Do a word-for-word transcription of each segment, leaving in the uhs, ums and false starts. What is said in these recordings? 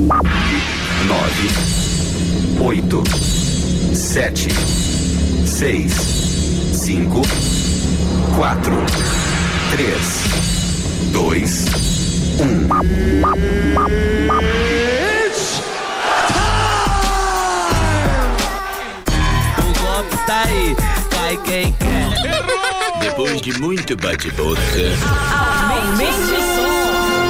nove, oito, sete, seis, cinco, quatro, três, dois, um. It's time! O golpe tá aí, cai quem quer. Depois de muito bate-boca, aumente o som.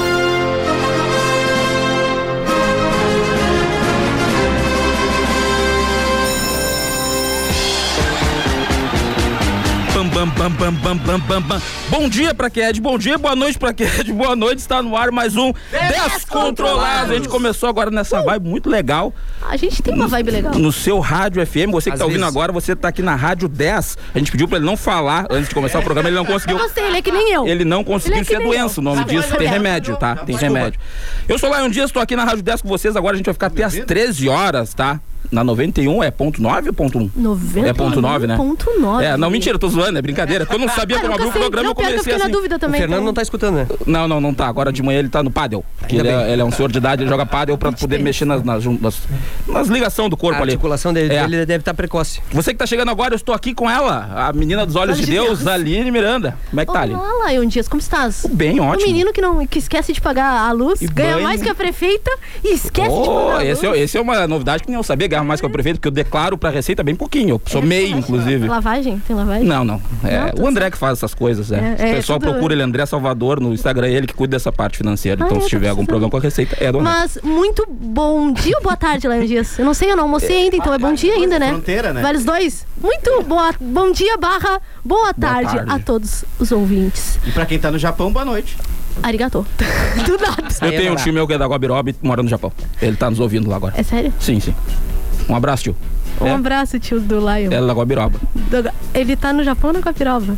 Bam, bam, bam, bam, bam, bam, bam, bam. Bom dia pra quem é de bom dia, boa noite pra quem é de boa noite. Está no ar mais um Descontrolados. A gente começou agora nessa vibe muito legal. A gente tem uma vibe legal. No seu rádio F M, você que Às tá ouvindo vezes. agora, você tá aqui na Rádio dez. A gente pediu pra ele não falar antes de começar o programa, ele não conseguiu. Eu gostei, ele é que nem eu. Ele não conseguiu, Ele é isso que é nem doença, eu. o nome Sabe, disso mas tem é remédio, tá? Tem Desculpa. remédio. Eu sou lá um dia, estou aqui na Rádio dez com vocês, agora a gente vai ficar até às treze horas, tá? Na noventa e um é ponto nove ou ponto um? noventa É ponto nove, né? Ponto nove. É, não, mentira, eu tô zoando, é brincadeira. Quando eu não sabia Ah, como nunca abrir o sei. programa, Não, eu pior que eu comecei fiquei assim. na dúvida O também. Fernando então. não tá escutando, né? Não, não, não tá. Agora de manhã ele tá no pádel. Porque ele Ainda é, bem. ele é um senhor de idade, ele joga pádel pra poder mexer nas, nas, nas, nas ligações do corpo A ali. articulação dele, É. dele deve estar precoce. Você que tá chegando agora, eu estou aqui com ela, a menina dos olhos de Deus, Aline Miranda. Como é que tá, Aline? Olá, Lion Dias, como estás? Bem, ótimo. O menino que, não, que esquece de pagar a luz, E ganha banho. mais que a prefeita e esquece de Oh, pagar a luz. esse, é, esse é uma novidade que nem eu sabia, ganhar mais que o prefeito, porque eu declaro pra Receita bem pouquinho. Eu sou meio, inclusive. Lavagem? Tem lavagem? Não, não. É, Não, tudo o André que faz essas coisas, é. É, o é, pessoal tudo- procura ele, André Salvador, no Instagram, é ele que cuida dessa parte financeira. Ah, Então, é, se tô tiver algum precisando. problema com a Receita, é do André. Mas muito bom dia ou boa tarde, Lion Dias? Eu não sei, eu não almocei ainda, então é bom dia ainda, né? Fronteira, né? Vale os dois? Muito boa, bom dia barra boa tarde, tarde. a todos os ouvintes. E pra quem tá no Japão, boa noite. Arigato. Do nada. Eu Aí é tenho um lá. tio meu que é da Guabiroba e mora no Japão. Ele tá nos ouvindo lá agora. É sério? Sim, sim. Um abraço, tio. Um É. abraço, tio do Lion. Ela é da Guabiroba. Do- Ele tá no Japão ou na Capiroba?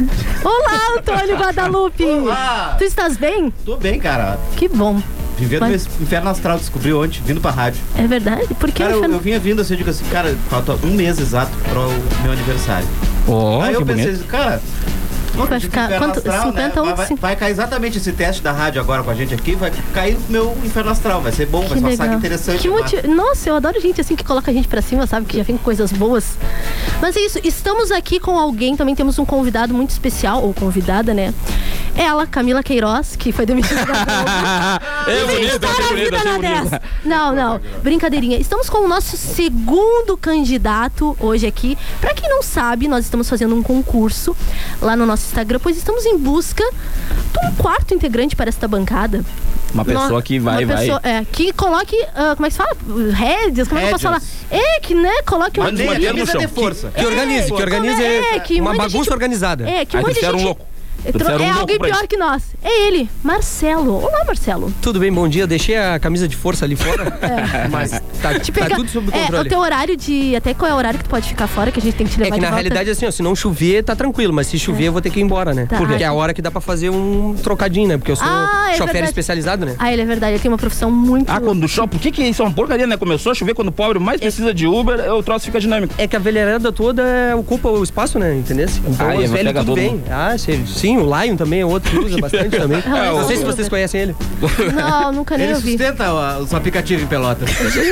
Olá, Antônio Guadalupe! Olá! Tu estás bem? Tô bem, cara. Que bom. Vivendo Mas- meu inferno astral, descobri ontem, vindo pra rádio. É verdade? Por que Cara, eu, inferno? eu vinha vindo assim, eu digo assim, cara, falta um mês exato pro meu aniversário. Oh, Aí que eu pensei, bonito. cara, não Vai acredito ficar no inferno quanto? astral, cinquenta né? ou vai, vai, cinco? vai cair exatamente esse teste da rádio agora com a gente aqui, vai cair no meu inferno astral, vai ser bom, vai Que ser uma legal. saga interessante. Que lá. motiv... Nossa, eu adoro gente assim que coloca a gente pra cima, sabe? Que já vem com coisas boas. Mas é isso, estamos aqui com alguém, também temos um convidado muito especial, ou convidada, né? Ela, Camila Queiroz, que foi demitida da Globo. É bonito, Está achei na bonito, vida achei na bonito. dez. Não, não, brincadeirinha. Estamos com o nosso segundo candidato hoje aqui. Pra quem não sabe, nós estamos fazendo um concurso lá no nosso Instagram, pois estamos em busca de um quarto integrante para esta bancada. Uma pessoa No- que vai, uma vai. pessoa, É, que coloque, ah, como é que se fala? Rédeas, como é que eu posso falar? Rédeas. É, que, né, coloque um... Mas Nem a manter no camisa chão. de força. Que organize, que que organize come- é, que uma mande bagunça gente- organizada. É, que um Aí monte de trouxeram gente... um louco. É, Trouxeram um é louco alguém pra pior isso. que nós. É ele, Marcelo. Olá, Marcelo. Tudo bem, bom dia. Deixei a camisa de força ali fora. Mas tá, Te tá pega- tudo sob é, controle. o teu horário de... Até qual é o horário que tu pode ficar fora, que a gente tem que te levar É que de na volta? realidade, assim, ó, se não chover, tá tranquilo. Mas se chover, eu vou ter que ir embora, né? Tá. Porque é a hora que dá pra fazer um trocadinho, né? Porque eu sou Ah, é chofer verdade. especializado, né? Ah, ele é verdade. Ele tem uma profissão muito... Ah, quando chove, por que que isso é uma porcaria, né? Começou a chover quando o pobre mais precisa de Uber, o troço fica dinâmico. É que a velharada toda é, ocupa o espaço, né? Entendeu? Então Ah, e os vai velhos pegar tudo todo bem. mundo. Ah, sim, sim, o Lion também é outro que usa bastante também. Ah, Não sei se o- vocês conhecem ele. Não, nunca nem Ele ouvi. sustenta ó, os aplicativos em Pelotas.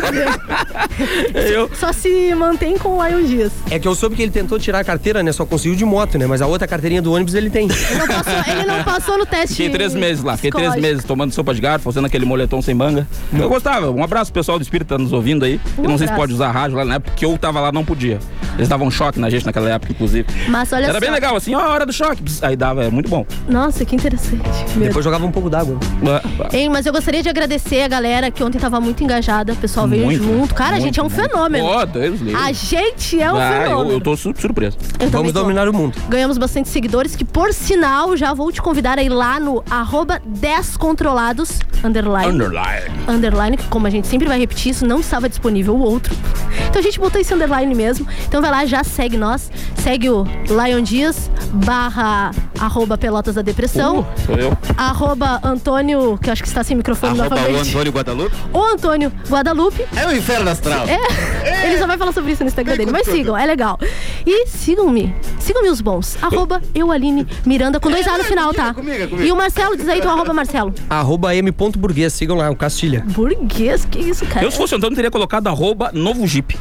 Eu, Só se mantém com o Lion Dias. É que eu soube que ele tentou tirar a carteira, né? Só conseguiu de moto, né? Mas a outra carteirinha do ônibus ele tem. Ele não passou, ele não passou no teste. Fiquei três meses lá, fiquei três psicológico. meses tomando sopa de garfo, fazendo aquele moletom sem manga. Eu gostava. Um abraço pro pessoal do Espírito que tá nos ouvindo aí. Um Eu não sei se abraço. pode usar rádio lá na época, porque eu tava lá, não podia. Eles davam choque na gente naquela época, inclusive. Mas olha Era só. bem legal, assim, ó, a hora do choque. Pss, aí dava, é muito bom. Nossa, que interessante. Meu Depois jogava um pouco d'água. Hein, mas eu gostaria de agradecer a galera que ontem tava muito engajada. O pessoal veio Muito, junto. Cara, a muito, gente é um muito. fenômeno. Ó, Deus livre. A gente é um Ah, eu, fenômeno. eu tô su- surpreso. Eu também Vamos tô. dominar o mundo. Ganhamos bastante seguidores, que por sinal, já vou te convidar a ir lá no arroba descontrolados, underline. Underline. Underline, que como a gente sempre vai repetir, isso não estava disponível o outro. Então a gente botou esse underline mesmo. Então vai lá, já segue nós. Segue o Lion Dias barra arroba Pelotas da Depressão. Uh, sou eu. Arroba Antônio, que eu acho que está sem microfone Arroba o novamente. Antônio Guadalupe. O Antônio Guadalupe. É o inferno astral. É, ele só vai falar sobre isso no Instagram dele, mas sigam, é legal. E sigam-me, sigam-me os bons. Arroba eu, Aline Miranda, com dois A no final, tá? comigo, comigo. E o Marcelo, diz aí tu arroba Marcelo. Arroba m.burguês, sigam lá, o Castilha. Burguês, que isso, cara? Eu, se fosse o Antônio, teria colocado arroba novo Jeep.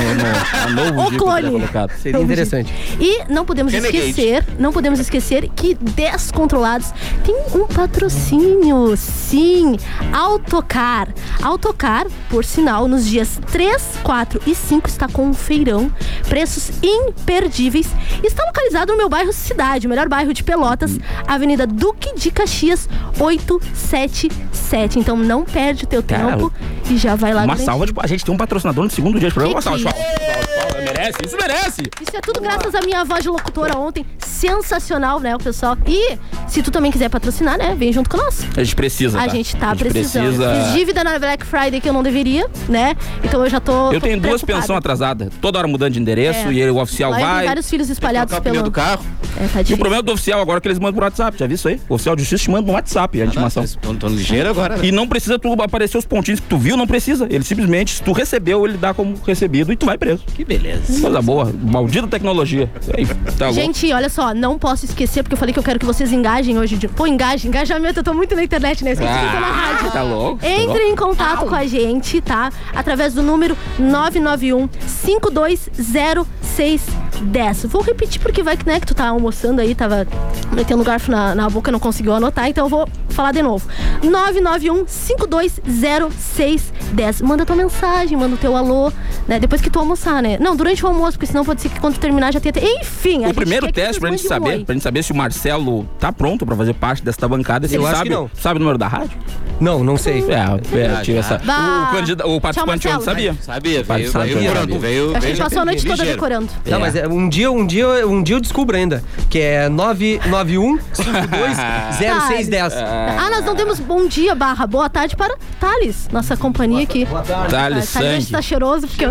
No, no, no novo O Jeep eu clone. teria colocado. Seria interessante. E não podemos Renegade. esquecer, não podemos esquecer que Descontrolados tem um patrocínio, sim, Autocar. Autocar, por sinal, nos dias três, quatro e cinco está com um feirão, preços imperdíveis. Está localizado no meu bairro Cidade, o melhor bairro de Pelotas, Avenida Duque de Caxias, oitocentos e setenta e sete. Então não perde o teu Cara, tempo e já vai lá Uma garantir. salva de... A gente tem um patrocinador no segundo dia de programa. Uma Que salva de que palmas. Merece, isso merece. Isso é tudo graças à minha voz de locutora ontem. Sensacional, né, o pessoal? E se tu também quiser patrocinar, né, vem junto com nós. A gente precisa, A tá? gente tá A gente precisando. precisa... Fiz dívida na Black Friday que eu não deveria, né? Então eu já tô. Eu tô tenho duas preocupada. pensões atrasadas. Toda hora mudando de endereço É. e o oficial Lá eu tenho vai. vários filhos espalhados Trocar o pneu pelo. do carro. É, tá E o difícil. problema do oficial agora é que eles mandam por WhatsApp. Já viu isso aí? O oficial de justiça te manda no WhatsApp a intimação. Tô, tô ligeiro agora, né? E não precisa tu aparecer os pontinhos que tu viu, não precisa. Ele simplesmente, se tu recebeu, ele dá como recebido e tu vai preso. Que beleza. Coisa boa. Maldita tecnologia. Aí, tá louco. Gente, olha só, não posso esquecer, porque eu falei que eu quero que vocês engajem hoje. De... Pô, engajem, engajamento, eu tô muito na internet, né? Eu esqueci que eu tô na rádio. tá louco. tá Entre louco. em contato com a gente, tá? Através do número nove nove um, cinco dois zero seis um zero. Vou repetir porque vai que, né, que tu tá almoçando aí, tava metendo garfo na, na boca, não conseguiu anotar, então eu vou falar de novo. nove nove um, cinco dois zero seis um zero. Manda tua mensagem, manda o teu alô, né? Depois que tu almoçar, né? Não, durante o almoço, porque senão pode ser que quando tu terminar já tenha... Enfim, a O gente primeiro quer que teste vocês pra gente mandem um saber, oi. pra gente saber se o Marcelo tá pronto pra fazer parte desta bancada. Se Eu ele acho sabe, que não. sabe o número da rádio? Não, não sei. É, é, tive essa. Bah. O, candida- o participante Tchau, ontem Marcelo. sabia. Sabia, veio, Participante veio, ontem veio, sabia. veio, Acho que a gente passou a noite toda ligeiro. decorando. Não, É. mas é, um dia, um dia, um dia eu descubro ainda. Que é nove nove um, cinco dois zero seis um zero. Ah, nós não demos bom dia, barra, boa tarde para Thales, nossa companhia aqui. Thales Thales Sangue. está cheiroso, porque eu...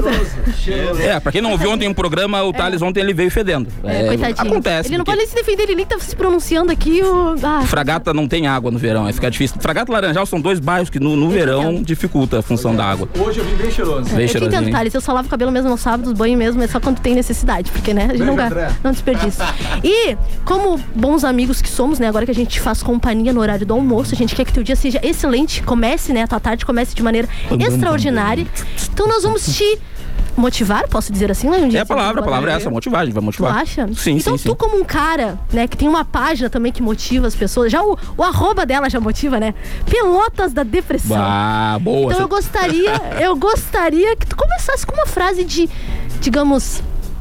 É, pra quem não ouviu ontem o programa, o Thales ontem ele veio fedendo. É, coitadinho. Acontece. Ele não porque pode nem se defender, ele nem tá se pronunciando aqui. O... Ah, Fragata não tem água no verão, aí fica difícil. Fragata e Laranjal são dois bairros que no, no verão entendo. dificulta a função da água. Hoje eu vim bem cheiroso. Bem eu te entendo, cheirosinho. Thales. Eu só lavo o cabelo mesmo aos sábados, banho mesmo, é só quando tem necessidade, porque, né, a gente não, Beijo, ga- André. não desperdiça. E, como bons amigos que somos, né, agora que a gente faz companhia no horário do almoço, a gente quer que teu dia seja excelente, comece, né, a tua tarde comece de maneira extraordinária. Então nós vamos te motivar, posso dizer assim, né? Um dia É a palavra, a palavra é essa, motivar, a gente vai Tu motivar. acha? Sim, então sim, tu sim. como um cara, né, que tem uma página também que motiva as pessoas, já o, o arroba dela já motiva, né? Pelotas da Depressão. Ah, boa. Então eu gostaria, eu gostaria que tu começasse com uma frase de, digamos,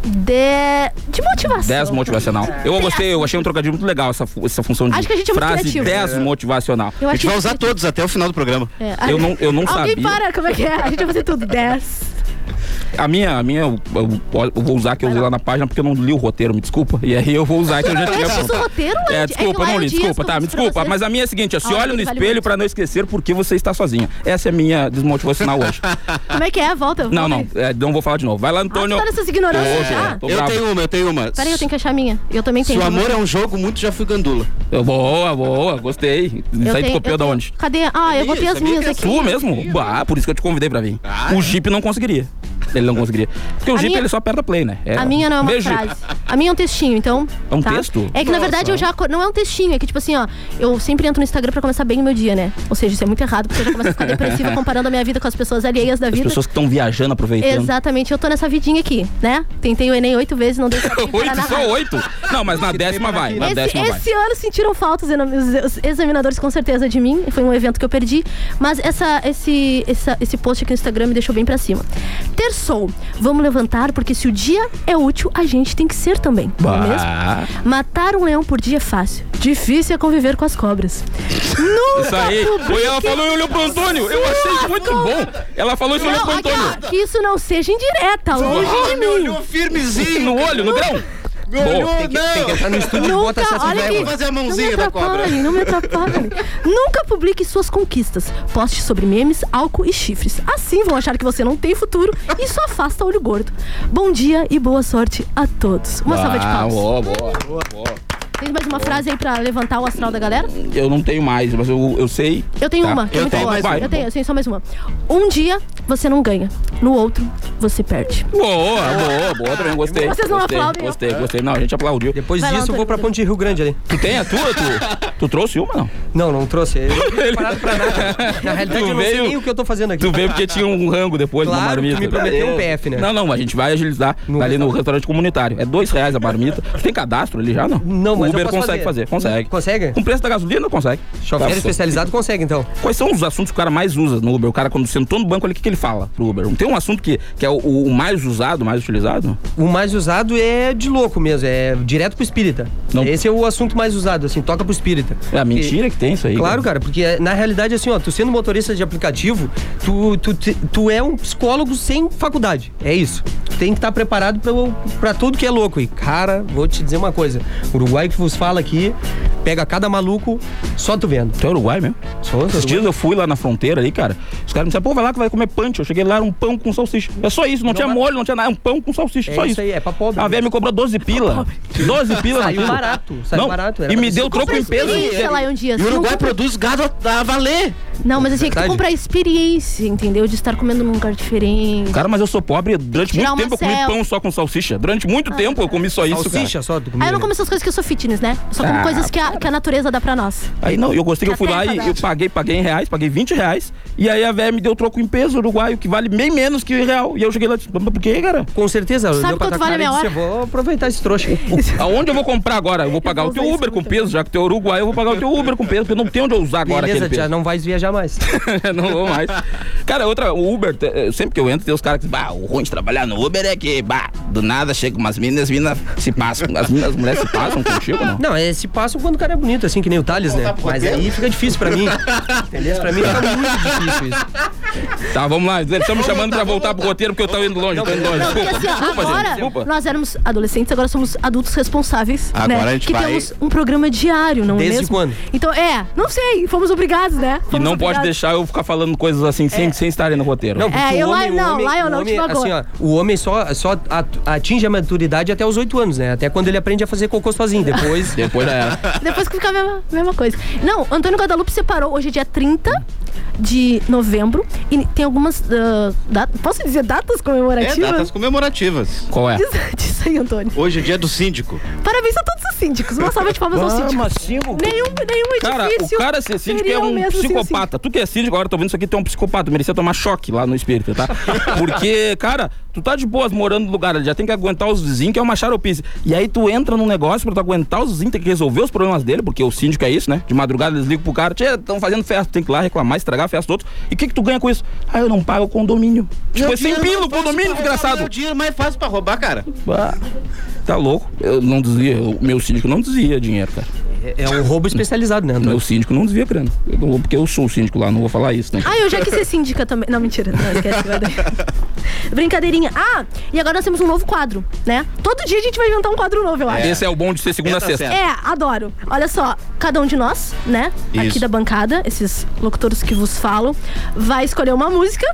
de, de motivação. dez motivacional. Eu gostei, eu achei um trocadilho muito legal essa, fu- essa função de Acho que a gente é muito frase criativo. dez motivacional. Eu A gente achei vai usar que- todos até o final do programa. É, Eu não, eu não Alguém sabia. para, como é que é? A gente vai fazer tudo. dez. A minha, a minha eu, eu- eu vou usar que eu usei lá na página porque eu não li o roteiro, me desculpa. E aí eu vou usar que eu já tinha Esse pronto. é o roteiro, É, Ed? desculpa, que lá não é li, o dia desculpa, que eu tá, me disse pra desculpa. você. Mas a minha é a seguinte, ó, se Ah, olha no ele vale espelho muito. pra não esquecer por que você está sozinha. Essa é a minha desmotivacional hoje. Como é que é? Volta. Não, volta não, aí. é, não vou falar de novo. Vai lá, Ah, Antônio. tu tá nessas ignorâncias Hoje, já? é, tô Eu bravo. tenho uma, eu tenho uma. Peraí, eu tenho que achar a minha. Eu também Se tenho. o amor é um jogo, muito já fui gandula. Boa, boa, gostei. Isso Eu aí tu tenho- copiou eu da tenho- onde? Cadê? Ah, eu Ih, botei as sabia minhas que é aqui. Sua mesmo? Bah, por isso que eu te convidei pra vir. Ah, O Jeep não conseguiria. Ele não conseguiria. Porque o A Jeep minha- ele só aperta play, né? É- A minha não é uma Beijo, Jeep. frase. A minha é um textinho, então. É um tá? texto? É que na verdade eu já. co- Não é um textinho, é que tipo assim, ó. Eu sempre entro no Instagram pra começar bem o meu dia, né? Ou seja, isso é muito errado, porque eu já começo a ficar depressiva comparando a minha vida com as pessoas alheias da As vida. pessoas que estão viajando, aproveitando. Exatamente, eu tô nessa vidinha aqui, né? Tentei o Enem oito vezes, não deu certo. em parar Oito, na só rádio. oito? Não, mas na décima vai. Na Esse, décima vai. esse ano sentiram falta os exam- os examinadores com certeza de mim. Foi um evento que eu perdi. Mas essa, esse, essa, esse post aqui no Instagram me deixou bem pra cima. Terçou. Vamos levantar, porque se o dia é útil, a gente tem que ser também. Não é mesmo? Bah. Matar um leão por dia é fácil. Difícil é conviver com as cobras. Nunca Isso aí. publique Foi ela falou e olhou pro Antônio. Eu achei muito bom. Ela falou isso e olhou Não, pro aqui, Antônio. ó, que isso não seja indireta, longe de me mim. olhou firmezinho. No olho, no grão. Me Boa. olhou, Tem que, tem que não. entrar no estúdio e bota Nunca, essa olha velha. aqui. Vou fazer a Não me mãozinha da cobra. atrapalhe, não me atrapalhe. Nunca publique suas conquistas. Poste sobre memes, álcool e chifres. Assim vão achar que você não tem futuro e só afasta olho gordo. Bom dia e boa sorte a todos. Uma salva de Ah, palmas. boa, boa, boa. Tem mais uma frase aí pra levantar o astral da galera? Eu não tenho mais, mas eu, eu sei. Eu tenho tá? uma, que é eu muito tenho boa. mais Eu uma. tenho, eu tenho só mais uma. Um dia você não ganha, no outro você perde. Boa, boa, boa também, gostei. Vocês não gostei, aplaudem? Gostei, gostei. Não, a gente aplaudiu. Depois Vai lá, disso eu vou Antônio. pra Ponte Rio Grande ali. Tu tem a tua? Tu, tu trouxe uma, não? Não, não trouxe. Eu não tenho parado pra nada. Na realidade, Tu eu não sei veio- nem o que eu tô fazendo aqui. Tu veio porque tinha um rango depois, Claro, uma marmita. tu me prometeu um P F, né? Não, não, a gente vai agilizar No ali no restaurante comunitário. É dois reais a marmita. Tu tem cadastro ali já, não? Não, mas O Uber eu posso consegue fazer, consegue. Consegue? Com o preço da gasolina, consegue. Chofer Tá, especializado consegue, então. Quais são os assuntos que o cara mais usa no Uber? O cara, quando sentou no banco ali, o que, que ele fala pro Uber? Tem um assunto que, que é o, o mais usado, o mais utilizado? O mais usado é de louco mesmo, é direto pro espírita. Não. Esse é o assunto mais usado, assim, toca pro espírita. É a mentira que tem isso aí. Claro, cara, porque é, na realidade, assim, ó, tu sendo motorista de aplicativo, tu, tu, tu, tu é um psicólogo sem faculdade. É isso. Tu tem que estar preparado pra, pra tudo que é louco. E, cara, vou te dizer uma coisa: o Uruguai que vos fala aqui, pega cada maluco, só tu vendo. Tu é Uruguai mesmo? Sou, Esses dias eu fui lá na fronteira ali, cara. Os caras me disseram, pô, vai lá que vai comer punch. Eu cheguei lá, era um pão com salsicha. É só isso, não, tinha vai- molho, não tinha nada. É um pão com salsicha, É só isso isso. aí, é pra pobre. A velha me cobrou doze pila. doze pila Saiu naquilo. barato, saiu Não, barato, era E pra me você deu troco Compra em peso. experiência lá um dia. E o Você não Uruguai compra- produz gado a valer. Não, mas assim, é que tu Verdade. compra a experiência, entendeu? De estar comendo num lugar diferente. Cara, mas eu sou pobre. Durante Tirar muito uma tempo eu comi selfie. pão só com salsicha. Durante muito tempo eu comi só isso, cara. Salsicha só, tu comia. Aí eu não como essas coisas que eu sou fitness, né? Eu só como Ah, coisas que a, que a natureza dá pra nós. Aí não, eu gostei que eu fui Até lá e cadastro. eu paguei, paguei em reais, paguei vinte reais. E aí a velha me deu troco em peso uruguaio, que vale bem menos que real. E eu cheguei lá e disse, mas por quê, cara? Com certeza. Sabe olhou pra quanto tua vale a cara e minha disse, eu vou aproveitar esse trouxa. Aonde eu vou comprar agora? Eu vou pagar o vou teu usar Uber isso com muito peso, já que tu é uruguaio, eu vou pagar o teu Uber com peso, porque não tem onde eu usar agora Beleza, aquele já peso. não vais viajar mais. Não vou mais. Cara, outra, o Uber, te- sempre que eu entro, tem os caras que dizem, bah, o ruim de trabalhar no Uber é que, bah, do nada chega umas minas, as minas se passam, as minas, as mulheres se passam contigo, não? Não, é, se passam quando o cara é bonito, assim, que nem o Thales, né? Mas aí fica difícil pra mim. Entendeu? Pra mim fica muito difícil isso. Tá, vamos lá, eles estão me chamando pra voltar pro roteiro porque eu tô indo longe, tô indo longe. Não, porque Desculpa, assim, ó, desculpa, gente, agora desculpa. nós éramos adolescentes, agora somos adultos responsáveis. Agora né? a gente que vai- temos um programa diário, não é Desde mesmo? quando? Então, é, não sei, fomos obrigados, né? E Fomos não pode obrigados. deixar eu ficar falando coisas assim sem, sem estarem no roteiro. Não, porque É, o eu lá- homem, o não, homem- lá eu o não homem, te magoa. assim, ó, o homem só, só at- atinge a maturidade até os oito anos, né? Até quando ele aprende a fazer cocô sozinho. Depois. Depois já era. Depois que fica a mesma, mesma coisa. Não, Antônio Guadalupe separou, hoje é dia trinta de novembro e tem algumas uh, datas, posso dizer datas É, comemorativas? datas comemorativas. Qual é? Diz, diz aí, Antônio. Hoje é dia do síndico. Parabéns a todos os síndicos. Uma salva de palmas aos síndicos. Nenhum, nenhum Cara, edifício o cara ser síndico é seria o um mesmo sem o psicopata. Tu que é síndico, agora tô vendo isso aqui, tu é um psicopata. Merecia tomar choque lá no espírito, tá? Porque, cara, tu tá de boas morando no lugar, já tem que aguentar os vizinhos, que é uma xaropice. E aí tu entra num negócio pra tu aguentar os vizinhos, tem que resolver os problemas dele, porque o síndico é isso, né? De madrugada eles ligam pro cara, tchê, estão fazendo festa, tem que ir lá reclamar, estragar a festa dos outros. E o que que tu ganha com isso? Ah, eu não pago o condomínio. Tipo, é sem pila o condomínio, É desgraçado. o dinheiro mais fácil pra roubar, cara. Ah, tá louco. Eu não desvia, o meu síndico não desvia dinheiro, cara. É, é um roubo especializado, né, O Antônio? meu síndico não desvia grana. Eu não vou, porque eu sou o síndico lá, não vou falar isso, né? Ah, eu já quis ser síndica também. Não, mentira. Não, esquece. guarda aí. Brincadeirinha. Ah, e agora nós temos um novo quadro, né? Todo dia a gente vai inventar um quadro novo, eu acho. Esse é o bom de ser segunda a Tá sexta. certo. É, adoro. Olha só, cada um de nós, né? Aqui Isso. da bancada, esses locutores que vos falam, vai escolher uma música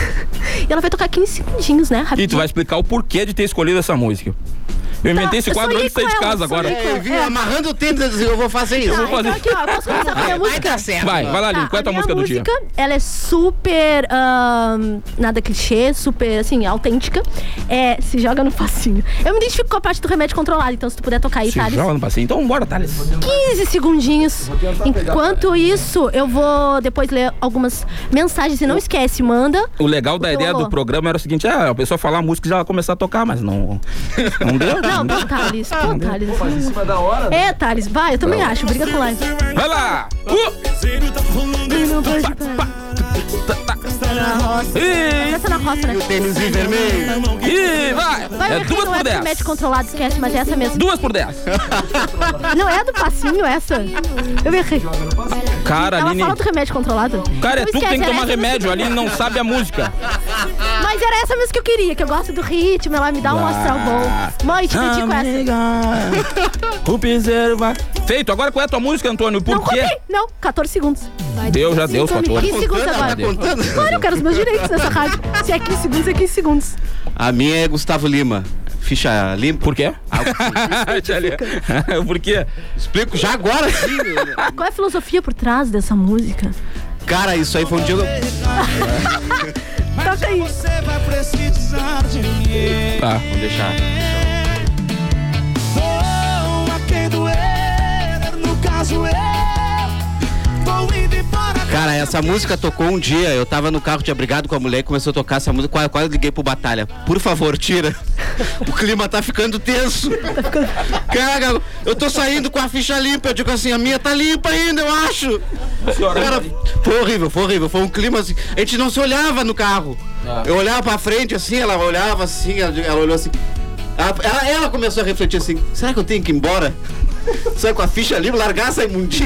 e ela vai tocar quinze segundinhos, né? E Rapidinho. tu vai explicar o porquê de ter escolhido essa música. Eu inventei esse eu quadro sonhei antes de sair com de ela, casa agora. sonhei com É, eu vim É. amarrando o tênis e disse, eu vou fazer isso. Tá, vou fazer. então aqui, ó, posso começar com a minha música? certo. Vai, vai lá, Aline, Tá, qual é a tua minha música do dia? música, ela é super, ahn, nada clichê, super, assim, autêntica. É, se joga no facinho. Eu me identifico com a parte do remédio controlado, então se tu puder tocar aí, Se Thales. joga no passeio. Então bora, Thales. quinze segundinhos. Enquanto isso, eu vou depois ler algumas mensagens. E não esquece, manda. O legal da O teu ideia alô. do programa era o seguinte, ah, a pessoa falar a música e já começar a tocar, mas não... Não deu? Não, pô, Thales. Pô, Thales. Em cima da hora. É, Thales, vai, eu também acho. Briga com live. Vai lá! Uh! E não pode parar. Na roça. Ih, Essa na roça, né? Tênis vermelho. ih, vai! Vai É ver que duas não é por do remédio dez. controlado, esquece, mas é essa mesmo. Duas por dez. Não é do passinho essa? Eu errei. Cara, Ela Aline... fala do remédio controlado. Cara, é Não tu que tem que esquece, tomar era essa remédio. A mesmo. Aline não sabe a música. Mas era essa mesmo que eu queria, que eu gosto do ritmo, ela me dá um astral bom. Mãe, te pedi com essa. O piseiro vai... Feito, agora qual é a tua música, Antônio? Não Por quê? contei, não, quatorze segundos. Deu, já deu os Tome quatorze. quinze segundos Contando, agora. tá contando? Claro, eu quero os meus direitos nessa rádio. Se é quinze segundos, é quinze segundos. A minha é Gustavo Lima. Ficha limpa. Por quê? Ah, Por quê? Explico já agora. Qual é a filosofia por trás dessa música? Cara, isso aí foi um dia... Toca aí. Tá, vamos deixar. Cara, essa música tocou um dia, eu tava no carro, tinha brigado com a mulher e começou a tocar essa música, quase, quase liguei pro Batalha. Por favor, tira. O clima tá ficando tenso. Cara, eu tô saindo com a ficha limpa, eu digo assim, a minha tá limpa ainda, eu acho. Cara, foi horrível, foi horrível, foi um clima assim, a gente não se olhava no carro. Eu olhava pra frente assim, ela olhava assim, ela, ela olhou assim. Ela, ela, ela começou a refletir assim, será que eu tenho que ir embora? Sai com a ficha livre, largar essa imundícia.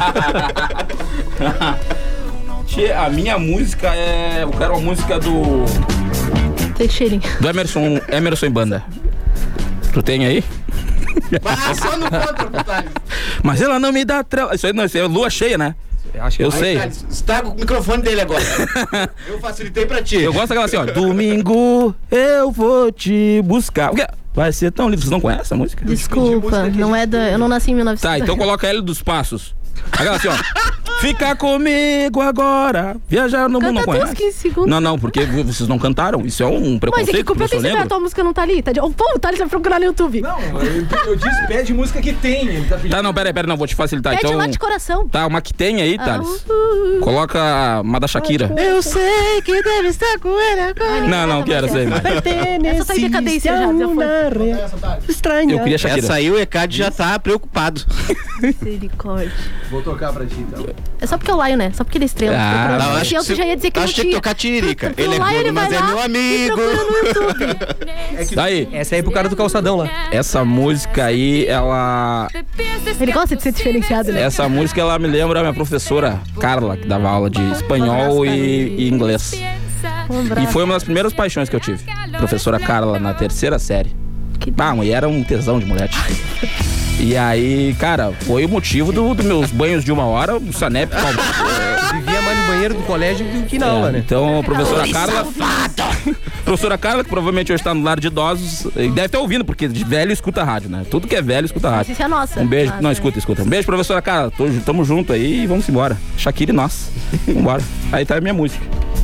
Tchê, a minha música é. Eu quero a música do. Teixeirinho. Do Emerson, Emerson e Banda. Tu tem aí? Ah, só no contra, Thales. Mas ela não me dá trela. Isso aí não, isso aí é lua cheia, né? Acho que eu vai, sei. Thales, estraga o microfone dele agora. Eu facilitei pra ti. Eu gosto daquela assim, ó. Domingo eu vou te buscar. Porque vai ser tão lindo. Vocês não conhecem a música? Desculpa, não é da. Eu não nasci em mil e novecentos. Tá, então coloca L dos Passos. Aquela assim, ó. Fica comigo agora. Viajar no mundo, não Canta conhece? uns quinze segundos. Não, não, porque vocês não cantaram. Isso é um Mas preconceito. é que culpa porque eu tem sou se a negro. tua música não tá ali. Tá de... Pô, o Thales vai procurar no YouTube. Não, eu, eu disse, pede música que tem. Ele tá pedindo. Tá, não, pera aí, pera aí, não, vou te facilitar. Pede Então, lá de coração. tá, uma que tem aí, Thales. uh, Coloca uma da Shakira. Eu sei que deve estar com ele agora. Não, não quero essa aí, mano. Essa tá em decadência já, já foi. Estranha. Eu queria Shakira. Essa aí o E C A D já tá preocupado. Misericórdia. Vou tocar pra ti, então. É só porque é o Lion, né? Só porque ele é estrela. Ah, Eu não, procuro- acho se eu que já ia dizer que acho não que tinha que tinha. tocar Tiririca. Pro Ele é Lion, gordo, ele mas vai é lá meu e amigo. procura no YouTube. Tá aí. Essa aí é pro cara do calçadão lá. Essa música aí, ela. Ele gosta de ser diferenciado, né? Essa música, ela me lembra a minha professora Carla, que dava aula de espanhol e, e inglês. Um abraço. E foi uma das primeiras paixões que eu tive. Professora Carla, na terceira série. Que Ah, e era um tesão de mulher. E aí, cara, foi o motivo dos do meus banhos de uma hora, o Sanep. Vivia mais no banheiro do colégio do que na aula, né? Então, a professora Carla. Professora Carla, que provavelmente hoje está no lar de idosos, e deve estar ouvindo, porque de velho escuta rádio, né? Tudo que é velho escuta rádio. Isso é nossa. Um beijo. Nossa, Não, é. escuta, escuta. Um beijo, professora Carla. Tô, tamo junto aí e vamos embora. Shakira e nós. Vambora. Aí tá a minha música.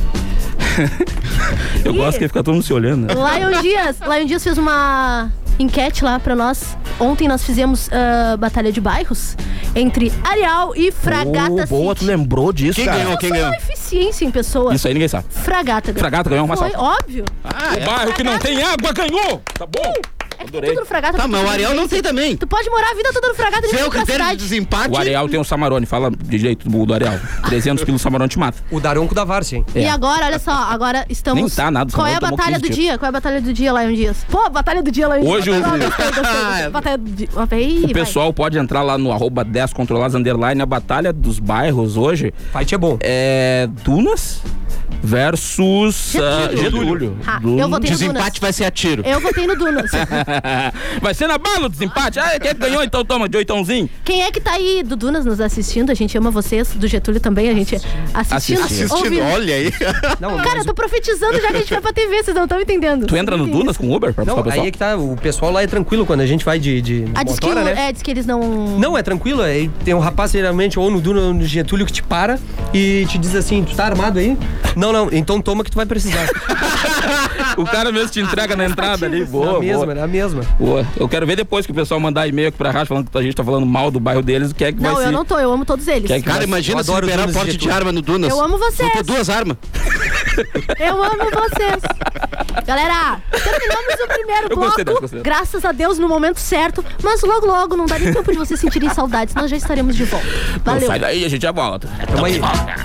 Eu Ih. gosto que fica todo mundo se olhando, né? Lion Dias. Lion Dias fez uma enquete lá pra nós. Ontem nós fizemos ah, Batalha de Bairros entre Areal e Fragata Oh, boa, tu City. lembrou disso, Quem cara. ganhou? Eu Quem sou ganhou? uma eficiência em pessoa. Isso aí ninguém sabe. Fragata ganhou. Fragata ganhou uma Foi, salsa. óbvio. O bairro que não tem água ganhou! Tá bom? É que Adorei. tudo no Fragata. Tá, tu mas o tem Ariel não tem também. Tu pode morar a vida toda no Fragata e Se é não o vir pra critério de cidade. desempate. O Areal tem um Samarone. Fala direito do, do Areal. trezentos quilos Samarone te mata. O Daronco da Várzea, hein? É. E agora, olha só, agora estamos... Nem tá nada, Qual é a tomou batalha quinze do tiros. dia? Qual é a batalha do dia, Lion Dias? Pô, batalha do dia, Lion Dias. Hoje o- Ah, gostei, gostei, gostei. Batalha do dia. Ah, Ih, O vai. pessoal pode entrar lá no arroba dez controlados underline. A batalha dos bairros hoje Fight é bom. é Dunas versus ah, Getúlio. Ah, Dunas. eu votei no Desempate Dunas. vai ser a tiro. Eu votei no Dunas. Vai ser na bala o desempate. Ah, quem é que ganhou então? Toma, de oitãozinho. Quem é que tá aí do Dunas nos assistindo? A gente ama vocês, do Getúlio também, a gente assistindo. Assistindo. ouvindo. Olha aí. Não, Cara, eu tô profetizando já que a gente vai pra T V, vocês não estão entendendo. Tu entra no Dunas com Uber pra buscar não, o pessoal? aí é que tá. O pessoal lá é tranquilo quando a gente vai de, de Ah, diz que, motora, o- né? é, diz que eles não... Não, é tranquilo. É, tem um rapaz, geralmente, ou no Duna ou no Getúlio, que te para e te diz assim: tu tá armado aí? Não, não, então toma que tu vai precisar. O cara mesmo te entrega na entrada ali. Boa, na mesma, boa. na mesma. Boa. Eu quero ver depois que o pessoal mandar e-mail aqui pra rádio falando que a gente tá falando mal do bairro deles. O que é que Não, vai eu ser? não tô, eu amo todos eles. Quer que- Cara, imagina Eu se adoro liberar Dunas e porte de Getúlio. arma no Dunas. Eu amo vocês. Vão ter duas armas. Eu amo vocês. Galera, terminamos o primeiro Eu bloco. gostei dessa, gostei. Graças a Deus, no momento certo. Mas logo, logo, não dá nem tempo de vocês sentirem saudades. Nós já estaremos de volta. Não, Valeu. sai daí, a gente já volta. Tamo aí.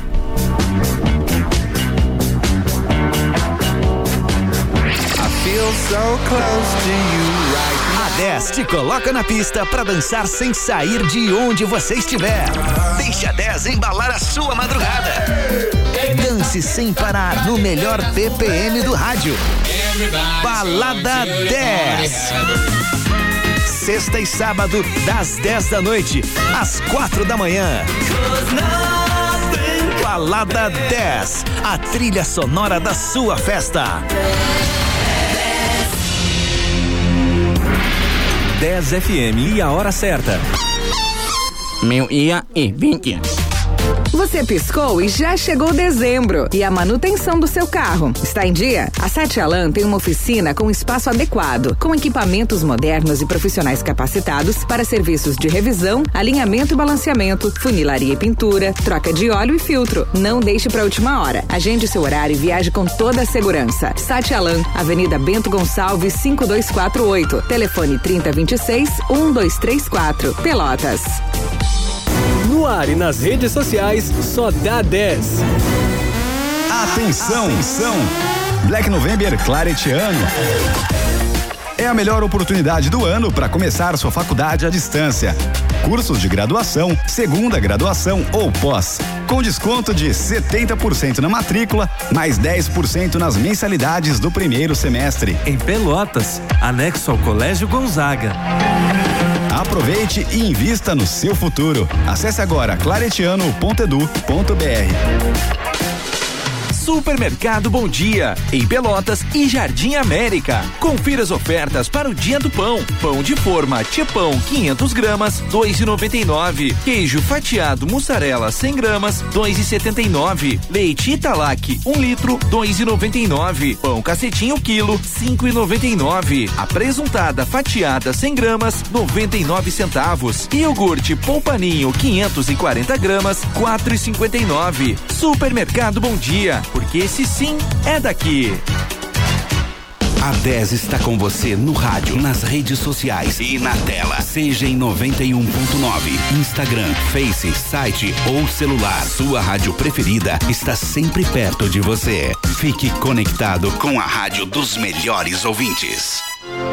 A dez te coloca na pista pra dançar sem sair de onde você estiver. Deixa a dez embalar a sua madrugada. Dance sem parar no melhor B P M do rádio. Balada dez. Sexta e sábado, das dez da noite às quatro da manhã. Balada dez, a trilha sonora da sua festa. dez F M e a hora certa. Meio-dia e vinte. Você piscou e já chegou dezembro. E a manutenção do seu carro está em dia? A Sete Alan tem uma oficina com espaço adequado, com equipamentos modernos e profissionais capacitados para serviços de revisão, alinhamento e balanceamento, funilaria e pintura, troca de óleo e filtro. Não deixe para a última hora. Agende seu horário e viaje com toda a segurança. Sete Alan, Avenida Bento Gonçalves, cinco dois quatro oito. Telefone trinta, vinte e seis, um dois três quatro. Pelotas. No ar e nas redes sociais, só dá dez. Atenção, atenção! Black November Claretiano. É a melhor oportunidade do ano para começar sua faculdade à distância. Cursos de graduação, segunda graduação ou pós. Com desconto de setenta por cento na matrícula, mais dez por cento nas mensalidades do primeiro semestre. Em Pelotas, anexo ao Colégio Gonzaga. Aproveite e invista no seu futuro. Acesse agora claretiano ponto edu ponto br. Supermercado Bom Dia, em Pelotas e Jardim América. Confira as ofertas para o Dia do Pão. Pão de forma Tchepão quinhentas gramas, dois e noventa e nove. Queijo fatiado mussarela cem gramas, dois e setenta e nove. Leite Italac um litro, dois e noventa e nove. Pão cacetinho quilo, cinco e noventa e nove. A presuntada fatiada cem gramas, noventa e nove centavos. E iogurte Poupaninho quinhentas e quarenta gramas, quatro e cinquenta e nove. Supermercado Bom Dia, porque esse sim é daqui. A dez está com você no rádio, nas redes sociais e na tela. Seja em noventa e um ponto nove, Instagram, Face, site ou celular. Sua rádio preferida está sempre perto de você. Fique conectado com a rádio dos melhores ouvintes.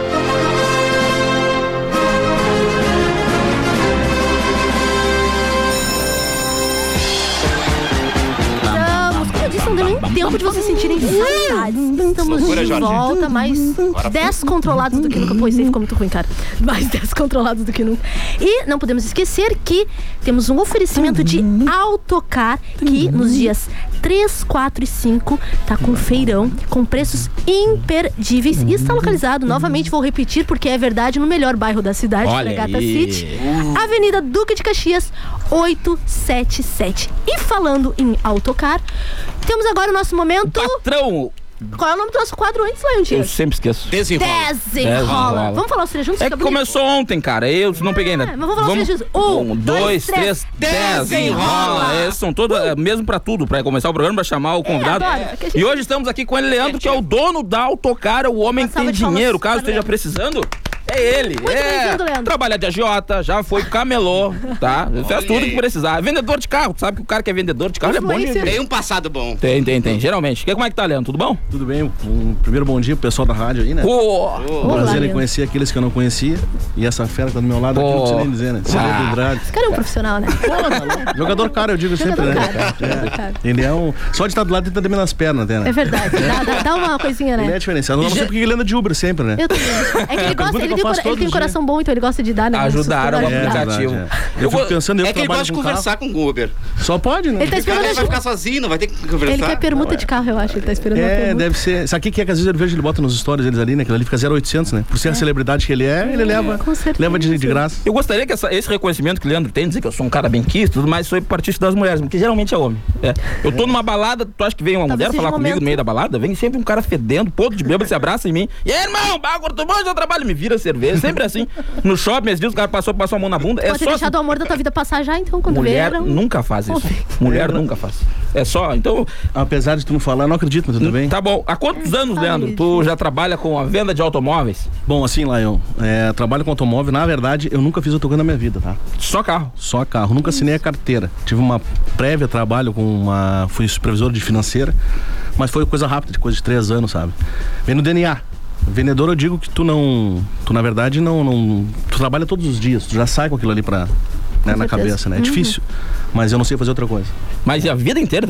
Não deu nem tempo de vocês sentirem saudades. Estamos Loucura, de Jorge. volta, mais descontrolados do que nunca. Pois, aí ficou muito ruim, cara. Mais descontrolados do que nunca. E não podemos esquecer que temos um oferecimento de Autocar, que nos dias três, quatro e cinco tá com feirão, com preços imperdíveis. E está localizado, novamente vou repetir, porque é verdade, no melhor bairro da cidade, Olha Fragata aí. City, Avenida Duque de Caxias, oitocentos e setenta e sete. E falando em Autocar, temos agora o nosso momento... Patrão! Qual é o nome do nosso quadro antes, Lion Eu Dias? sempre esqueço. Desenrola. Desenrola. Vamos falar os três juntos? É Fica que bonito. começou ontem, cara. Eu não peguei ainda. mas vamos falar os três juntos. Um, Um, dois, três, dez. desenrola. É, são todos, é, mesmo pra tudo, pra começar o programa, pra chamar o convidado. adoro. É que a gente- E hoje estamos aqui com ele, Leandro, que é o dono da Autocar, o homem Uma que tem salva de palmas dinheiro, caso para o esteja Leandro. precisando. É ele. Muito é. bem-vindo, Leandro. Trabalha de agiota, já foi camelô, tá? Faz tudo que precisar. Vendedor de carro, tu sabe que o cara que é vendedor de carro é bom de... Influencer. Tem um passado bom. Tem, tem, tem. Geralmente. Como é que tá, Leandro? Tudo bom? Tudo bem? Um primeiro bom dia pro pessoal da rádio aí, né? Pô! Um prazer em Leandro. conhecer aqueles que eu não conhecia. E essa fera que tá do meu lado aqui, não precisa nem dizer, né? Cedro Ah. Andrade. Esse cara é um profissional, né? Jogador cara, eu digo sempre, Jogador né? cara, É. jogador cara. Ele é um. Só de estar do lado ele tá tremendo as pernas, até, né? É verdade. Dá, dá- dá uma coisinha, Ele é né? diferenciado. Eu não sei porque ele anda de Uber sempre, né? Eu também. É que ele gosta, pergunta ele que eu tem, faço cora- ele tem todos coração bom, então ele gosta de dar, né? Ajudaram o Susto, né? aplicativo. verdade, é. Eu fico pensando, eu É que ele trabalho gosta de com conversar com o Uber. carro. Só pode, né? Ele tá O esperando cara a vai gente. ficar sozinho, não vai ter que conversar. Ele quer permuta de carro, eu acho. Ele tá esperando uma É, permuta. deve ser. Sabe o que é que às vezes eu vejo ele bota nos stories deles ali, né? Que ali fica zero oitocentos, né? Por ser a celebridade que ele é, ele leva, com certeza. leva de, de graça. Eu gostaria que essa- esse reconhecimento que o Leandro tem, dizer que eu sou um cara bem quisto, tudo mais, sou partista das mulheres, porque geralmente é homem. É. Eu tô numa balada, tu acha que vem uma Talvez mulher seja falar o comigo momento. no meio da balada? Vem sempre um cara fedendo, podre de bêbado, se abraça em mim. E aí, irmão, bagulho, tu bom, eu trabalho, me vira cerveja. Sempre assim. No shopping, esses dias o cara passou, passou a mão na bunda. É Pode ter só deixado o amor da tua vida passar já, então, quando mulher vieram. nunca faz isso. Mulher nunca faz. É só, então, Apesar de tu não falar, eu não acredito, mas tudo bem. tá bom. Há quantos anos, Ai, Leandro, tu já trabalha com a venda de automóveis? Bom, assim, Lion, é, trabalho com automóvel, na verdade, eu nunca fiz autocampo na minha vida, tá? Só carro. Só carro, nunca assinei a carteira. Tive uma prévia trabalho com uma. Fui supervisor de financeira, mas foi coisa rápida, de coisa de três anos, sabe? Vem no D N A. Vendedor, eu digo que tu não. Tu, na verdade, não. não tu trabalha todos os dias, tu já sai com aquilo ali pra. Né, na certeza. cabeça, né? É Uhum. difícil. Mas eu não sei fazer outra coisa. Mas e a vida inteira, então?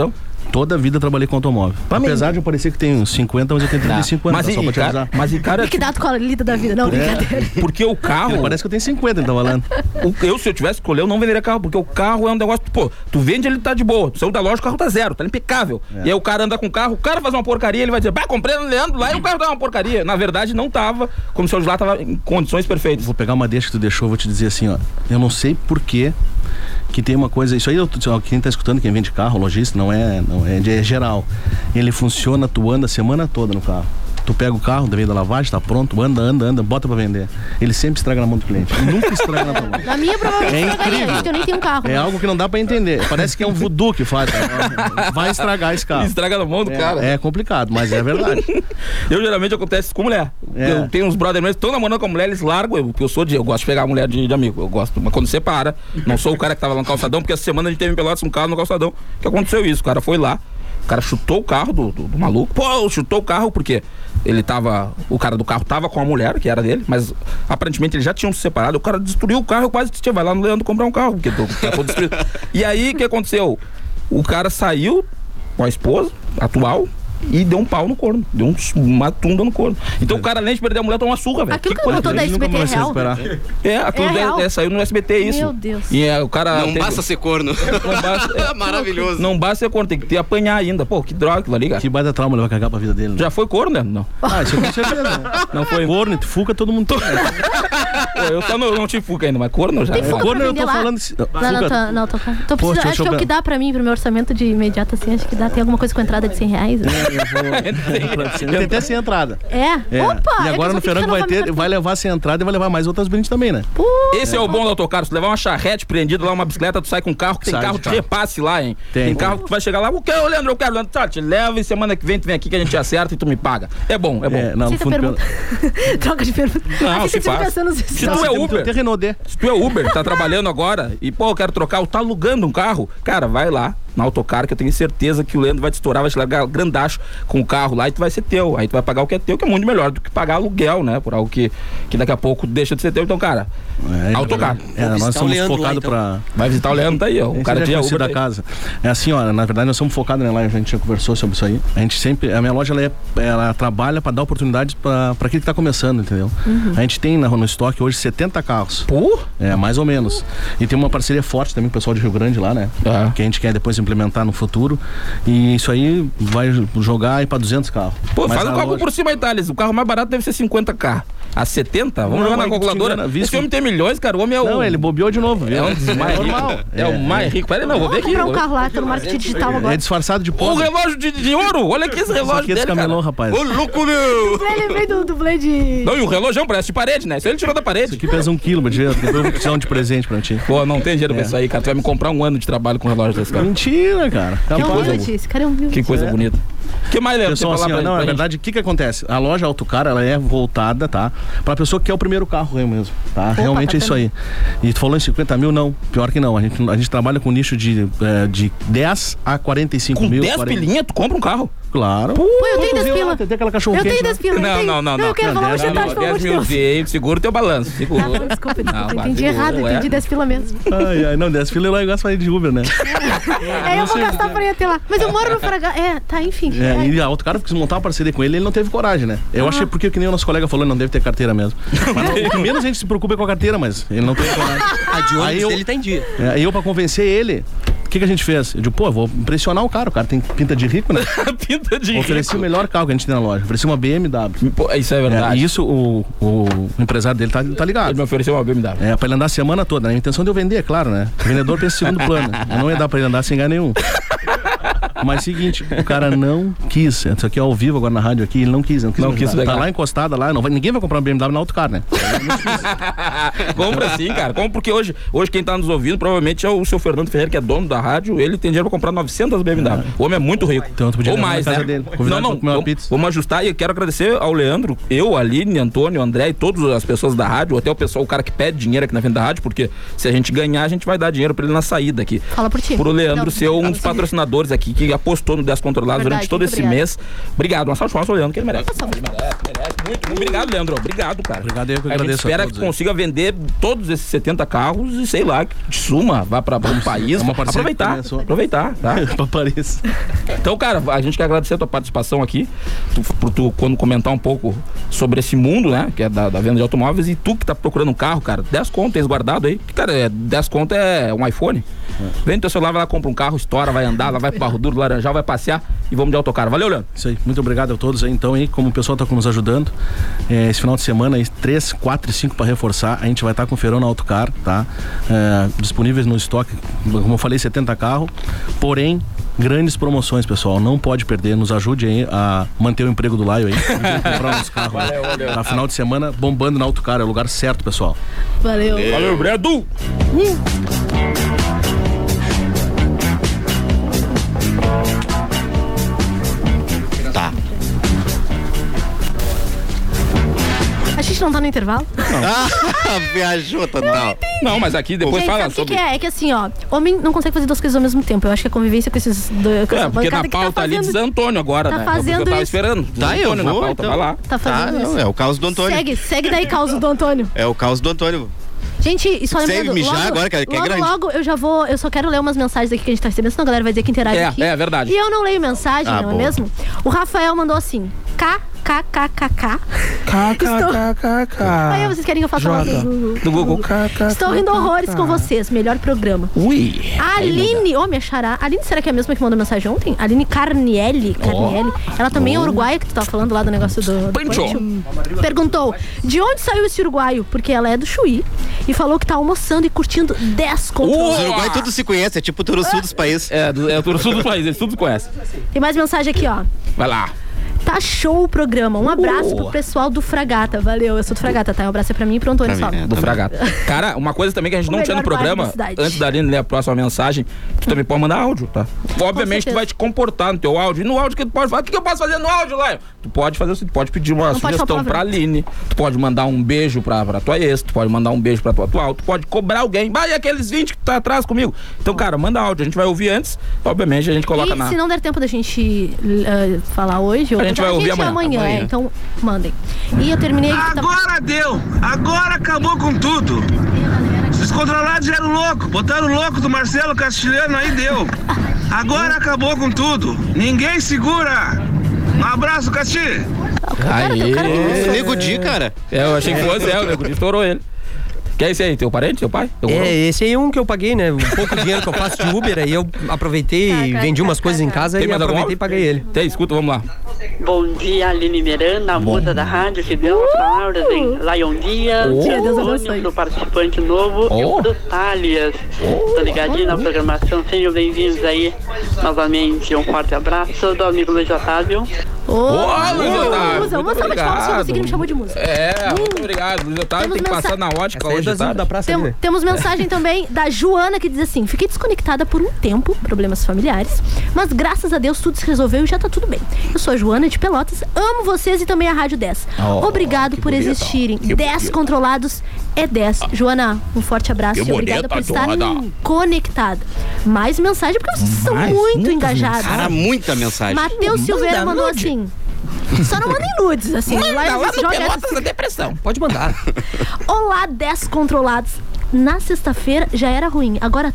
Toda a vida trabalhei com automóvel. Pra Apesar mim- de eu parecer que tenho cinquenta, mas eu tenho trinta e cinco anos, Mas, tá? Só e, pra te cara, avisar. mas e cara, Que dá com a lida da vida. Não, brincadeira. porque o carro. Parece que eu tenho cinquenta, ele tá falando. O- eu, se eu tivesse que escolher, eu não venderia carro, porque o carro é um negócio, pô, tu vende, ele tá de boa, tu saiu da loja, o carro tá zero, tá impecável. É. E aí o cara anda com o carro, o cara faz uma porcaria, ele vai dizer, bah, comprei no Leandro lá e o carro tá uma porcaria. Na verdade, não tava, como se o de lá tava em condições perfeitas. Vou pegar uma deixa que tu deixou, vou te dizer assim, ó. Eu não sei por que que tem uma coisa, isso aí, eu, ó, quem tá escutando, quem vende carro, lojista, não é, não é, é geral. Ele funciona, tu anda a semana toda no carro. Tu pega o carro, veio da lavagem, tá pronto, anda, anda, anda, bota pra vender. Ele sempre estraga na mão do cliente. Nunca estraga na tua mão. Na minha, provavelmente, É estragaria, incrível. porque eu nem tenho carro. É algo que não dá pra entender. Parece que é um voodoo que faz. Vai estragar esse carro. Estraga na mão do é, cara. É complicado, mas é verdade. Eu geralmente acontece com mulher. É. Eu tenho uns brothers meus que estão namorando com a mulher, eles largam. Eu, eu sou de. Eu gosto de pegar a mulher de, de amigo. Eu gosto. Mas quando separa, não sou o cara que tava lá no calçadão, porque essa semana a gente teve em Pelotas um carro no calçadão. Que aconteceu isso? O cara foi lá, o cara chutou o carro do, do, do maluco. Pô, chutou o carro porque ele tava. O cara do carro tava com a mulher, que era dele, mas aparentemente eles já tinham se separado. O cara destruiu o carro, eu quase tinha, vai lá no Leandro comprar um carro, porque tô destruído. E aí o que aconteceu? O cara saiu com a esposa atual e deu um pau no corno. Deu um, uma tunda no corno. Então o cara, além de perder a mulher, tomou uma surra, velho. Aquilo que eu contou da S B T é real? É, aquilo É é, real? é, saiu no S B T isso. Meu Deus. E é, o cara. Não tem- basta ser corno. Não basta, é, Maravilhoso. Não basta ser corno, tem que ter apanhar ainda. Pô, que droga aquilo ali, cara. Que baita trauma ele vai carregar pra vida dele. Né? Já foi corno, né? Não. Ah, isso com certeza. Não foi. Corno, fuca, todo mundo tem. Pô, eu só não, não tive fuca ainda, mas corno já. Tem fuga Corno pra eu vender tô lá? falando. Não, não, tô, não, tô, tô Pô, precisando, deixa eu acho que é o sobrar- que dá pra mim, pro meu orçamento de imediato, assim, acho que dá, tem alguma coisa com entrada de cem reais. né? Tem até sem entrada. É? É. Opa! E agora no Ferango vai ter, vai levar sem entrada e vai levar mais outras brindes também, né? Esse é o bom do autocarro. Se tu levar uma charrete prendida lá, uma bicicleta, tu sai com um carro que tem Sai carro de de carro. repasse lá, hein? Tem. Tem carro que tu vai chegar lá, o que, ô Leandro, eu quero, Leandro, tá, te leva e semana que vem tu vem aqui que a gente acerta e tu me paga. É bom, é bom. É, não, Aceita fundo pergunta. Troca de pergunta. Não, Aqui se você fica faz. pensando nos Se tu stories. é Uber, Tem Renault D. se tu é Uber, tá trabalhando agora e, pô, eu quero trocar, ou tá alugando um carro, cara, vai lá na Autocar, que eu tenho certeza que o Leandro vai te estourar, vai te largar grandacho com o carro lá e tu vai ser teu. Aí tu vai pagar o que é teu, que é muito melhor do que pagar aluguel, né? Por algo que, que daqui a pouco deixa de ser teu. Então, cara, É, Autocar. É, nós visitar o somos Leandro lá, focados então. pra. Vai visitar o Leandro, tá aí, ó. O Esse cara já de é Uber. conhecido tá da aí. casa. É assim, ó, na verdade nós somos focados, né, lá a gente já conversou sobre isso aí. A gente sempre, a minha loja ela, é, ela trabalha pra dar oportunidades pra, pra aquele que tá começando, entendeu? A gente tem na- no estoque hoje setenta carros. Pô? É, mais ou menos. E tem uma parceria forte também com o pessoal de Rio Grande lá, né? Ah. Que a gente quer depois implementar no futuro. E isso aí vai jogar aí pra duzentos carros. Pô, Mas faz um a cálculo loja- por cima aí, Thales. O carro mais barato deve ser cinquenta K. A setenta? Vamos Não, jogar na aí calculadora. te engana, visto- Esse homem tem milhões, cara. O homem é o. Não, ele bobeou de novo, viu? É um dos mais ricos. normal. É, o mais rico. Pera aí, não, vou ver Vamos aqui. comprar um vou ver. carro lá, tá no marketing digital agora. É disfarçado de O pobre. relógio de, de ouro. Olha aqui esse Isso relógio aqui é dele, descamelou, cara. rapaz. Ô, louco, meu. Eu lembrei do dublê de... Não, e o relógio parece de parede, né? Isso aí ele tirou da Isso parede. aqui pesa um quilo de dinheiro. Depois eu vou te dar um de presente pra ti. Pô, não tem dinheiro pra É. isso aí, cara. Tu vai me comprar um ano de trabalho com o relógio desse cara. Mentira, cara. Que Capaz. humilde, esse cara é humilde. Que coisa É. bonita. O que mais, Leandro? Pessoal, Você assim, falar ó, pra- não, pra na gente? verdade, o que que acontece? A loja Autocar, ela é voltada, tá? Pra pessoa que quer o primeiro carro mesmo, tá? Realmente é isso aí. E tu falou em cinquenta mil, não. Pior que não. A gente, a gente trabalha com nicho de, é, de dez a quarenta e cinco Com mil. dez quarenta. pilinha, tu compra um carro. Claro. Pô, eu tenho Tu dez viu pila. lá? Tem aquela cachorro Eu quente tenho lá. dez pila. eu Não, tenho. não, não, não. Eu quero Não, falar uma dez mil, chantagem, pelo amor dez de mil Deus. veio, segura o teu balanço. Segura. Ah, desculpa, desculpa. Não, eu mas entendi segura, errado, ué. entendi dez pila mesmo. Ai, ai, não, dez pila eu gosto de sair de Uber, né? É, eu vou gastar pra ir até lá. Mas eu moro no Fragá. É, tá, enfim. É, É. e a Autocar quis montar uma parceria com ele, ele não teve coragem, né? Eu achei porque, que nem o nosso colega falou, ele não deve ter carteira mesmo. Mas não, o que menos a gente se preocupa é com a carteira, mas ele não teve coragem. A de Aí ônibus eu- dele tá em dia. É, Aí eu, pra convencer ele, o que, que a gente fez? Eu digo, pô, eu vou impressionar o cara, o cara tem pinta de rico, né? Pinta de Ofereci o melhor carro que a gente tem na loja, ofereci uma B M W. Pô, isso é É, verdade. e isso o, o empresário dele tá, tá Ele ligado. me ofereceu uma B M W. É, pra ele andar a semana toda, né? A intenção de eu vender, é claro, né? O vendedor pensa em segundo plano. Eu não ia dar pra ele andar sem ganhar nenhum. Mas seguinte, o cara não quis. Isso aqui é ao vivo agora na rádio aqui, ele não quis. Não quis, Não me quis ajudar. legal. Tá lá encostada lá, não vai, ninguém vai comprar uma B M W na Autocar, né? Compra sim, cara. Compra porque hoje, hoje quem tá nos ouvindo provavelmente é o seu Fernando Ferreira, que é dono da rádio. Ele tem dinheiro pra comprar novecentas B M W. O homem é muito rico. Então tu podia Ou levar mais, na casa né? dele. Convidar Não, ele não. pra comer uma Vamos, pizza. vamos ajustar. E eu quero agradecer ao Leandro, eu, Aline, Antônio, André e todas as pessoas da rádio, até o pessoal, o cara que pede dinheiro aqui na frente da rádio, porque se a gente ganhar, a gente vai dar dinheiro pra ele na saída aqui. Fala por ti. Pro Leandro Não, ser um fala dos por ti. patrocinadores aqui, que que apostou no Descontrolados Verdade, durante todo muito esse obrigada. mês. Obrigado. Uma salva de palmas pro Leandro, que ele merece. Ele merece, merece. Muito, muito obrigado, Leandro. Obrigado, cara. Obrigado, eu que A gente agradeço a espera todos que aí. consiga vender todos esses setenta carros e sei lá, que de suma, vá pra um país. uma parceria que Aproveitar, começou. aproveitar, tá? Pra Paris. Então, cara, a gente quer agradecer a tua participação aqui, tu, por tu quando comentar um pouco sobre esse mundo, né, que é da, da venda de automóveis, e tu que tá procurando um carro, cara, dez conto, tens guardado aí, cara, é, dez conto é um iPhone. Vem no teu celular, vai lá, compra um carro, estoura, vai andar, lá vai pro Barro Duro, Laranjal, vai passear e vamos de autocarro. Valeu, Leandro. Isso aí, muito obrigado a todos aí, então, aí, como o pessoal tá nos ajudando, é, esse final de semana aí, três, quatro e cinco para reforçar, a gente vai estar tá com o Feirão na Autocar, tá? É, disponíveis no estoque, como eu falei, setenta carros, porém, grandes promoções, pessoal, não pode perder, nos ajude aí a manter o emprego do Laio aí, comprar uns carros. Valeu, valeu. Na final de semana, bombando na Autocar, é o lugar certo, pessoal. Valeu. Valeu, Bredo. Tá. A gente não tá no intervalo? Ah, viajou total. Não, mas aqui depois Gente, fala sabe o sobre... que, que é? É que assim, ó, homem não consegue fazer duas coisas ao mesmo tempo. Eu acho que a convivência com esses dois. Com É, essa porque na bancada que pauta tá ali fazendo, diz Antônio agora, tá né? fazendo eu tava isso. esperando. Tá, eu Antônio na vou, pauta, então. vai lá. Tá fazendo Tá, isso. não, é o caos do Antônio. Segue, segue daí, causa do Antônio. É o caos do Antônio. Gente, e só Segue lembrando, mijar logo, agora, que- que é logo, grande. logo eu já vou, eu só quero ler umas mensagens aqui que a gente tá recebendo, senão a galera vai dizer que interage É, aqui. é verdade. E eu não leio mensagem, Ah, não é boa. mesmo? O Rafael mandou assim, K, K, K, K, K. Aí vocês querem que eu faça uma do, Do Google. Estou rindo horrores com vocês, melhor programa. Ui. A Aline, ô, minha xará. A Aline, será que é a mesma que mandou mensagem ontem? A Aline Carnielli. Carnielli. Ela também é uruguaia, que tu tava falando lá do negócio do, do Pancho. Pancho. Perguntou, de onde saiu esse uruguaio? Porque ela é do Chuí. E falou que tá almoçando e curtindo dez controles. Os Uruguai tudo se conhece, é tipo o Turuçu dos países. É, do, é o sul do país, eles tudo conhecem. Tem mais mensagem aqui, ó. Vai lá. Tá show o programa. Um abraço pro pessoal do Fragata. Valeu, eu sou do Fragata, tá? Um abraço é pra mim e pro Antônio Pra só. mim, é. Do Fragata. Cara, uma coisa também que a gente O não tinha no melhor bairro programa, da cidade. antes da Aline ler a próxima mensagem, tu também pode mandar áudio, tá? Obviamente tu certeza. vai te comportar no teu áudio. E no áudio que tu pode fazer, o que, que eu posso fazer no áudio, Laio? Tu pode fazer, tu pode pedir uma Não pode sugestão falar pra palavrão. Aline, tu pode mandar um beijo pra, pra tua ex, tu pode mandar um beijo pra tua atual, tu pode cobrar alguém. Vai, aqueles vinte que tá atrás comigo. Então, cara, manda áudio, a gente vai ouvir antes, obviamente a gente coloca E na... se não der tempo da gente uh, falar hoje, ou A gente vai ouvir amanhã. amanhã, Amanhã. é, então mandem. E eu terminei aqui. Tá... Agora deu! Agora acabou com tudo! Os descontrolados eram loucos, botaram o louco do Marcelo Castilhano aí, deu! Agora acabou com tudo! Ninguém segura! Um abraço, Casti! O cara, Aê. o cara que lançou. Nego Di, cara. É, eu achei que fosse, é, o Nego Di estourou ele. Que é esse aí, teu parente, teu pai? Teu É, esse aí é um que eu paguei, né? Um pouco dinheiro que eu faço de Uber, aí eu aproveitei e vendi umas coisas em casa Tem e mais algum aproveitei e paguei ele. Tem, escuta, vamos lá. Bom dia, Aline Miranda, a musa da rádio, que deu as palavras em Lion Dias, Oh. e Deus Antônio, abençoe. pro participante novo, e Oh. o do Thalias. Tô ligadinho na programação, sejam bem-vindos aí novamente. Um forte abraço do amigo Luiz Otávio. Ô, Ô, Luiz Otávio, musa, uma muito salva de palmas pra você que ele me obrigado. chamou de musa. É, muito obrigado, Luiz Otávio. Temos Tem que passar mensa- na ótica Essa aí é hoje, das- tá? da praça Tem- ali, né? temos mensagem também da Joana que diz assim: fiquei desconectada por um tempo, problemas familiares, mas graças a Deus tudo se resolveu e já tá tudo bem. Eu sou a Joana de Pelotas, amo vocês e também a Rádio dez. Oh, Obrigado que por bonito, existirem. que dez bonito. controlados é dez. Joana, um forte abraço Que e obrigada bonita, por estar Joana. conectada. Mais mensagem porque vocês são Mais, muito muitas engajados. Cara, muita mensagem. Matheus Silveira Manda mandou nude. assim. Só não mandem nudes, assim. Manda lá lá no joga Pelotas essa- da Depressão. Pode mandar. Olá, dez controlados. Na sexta-feira já era ruim, agora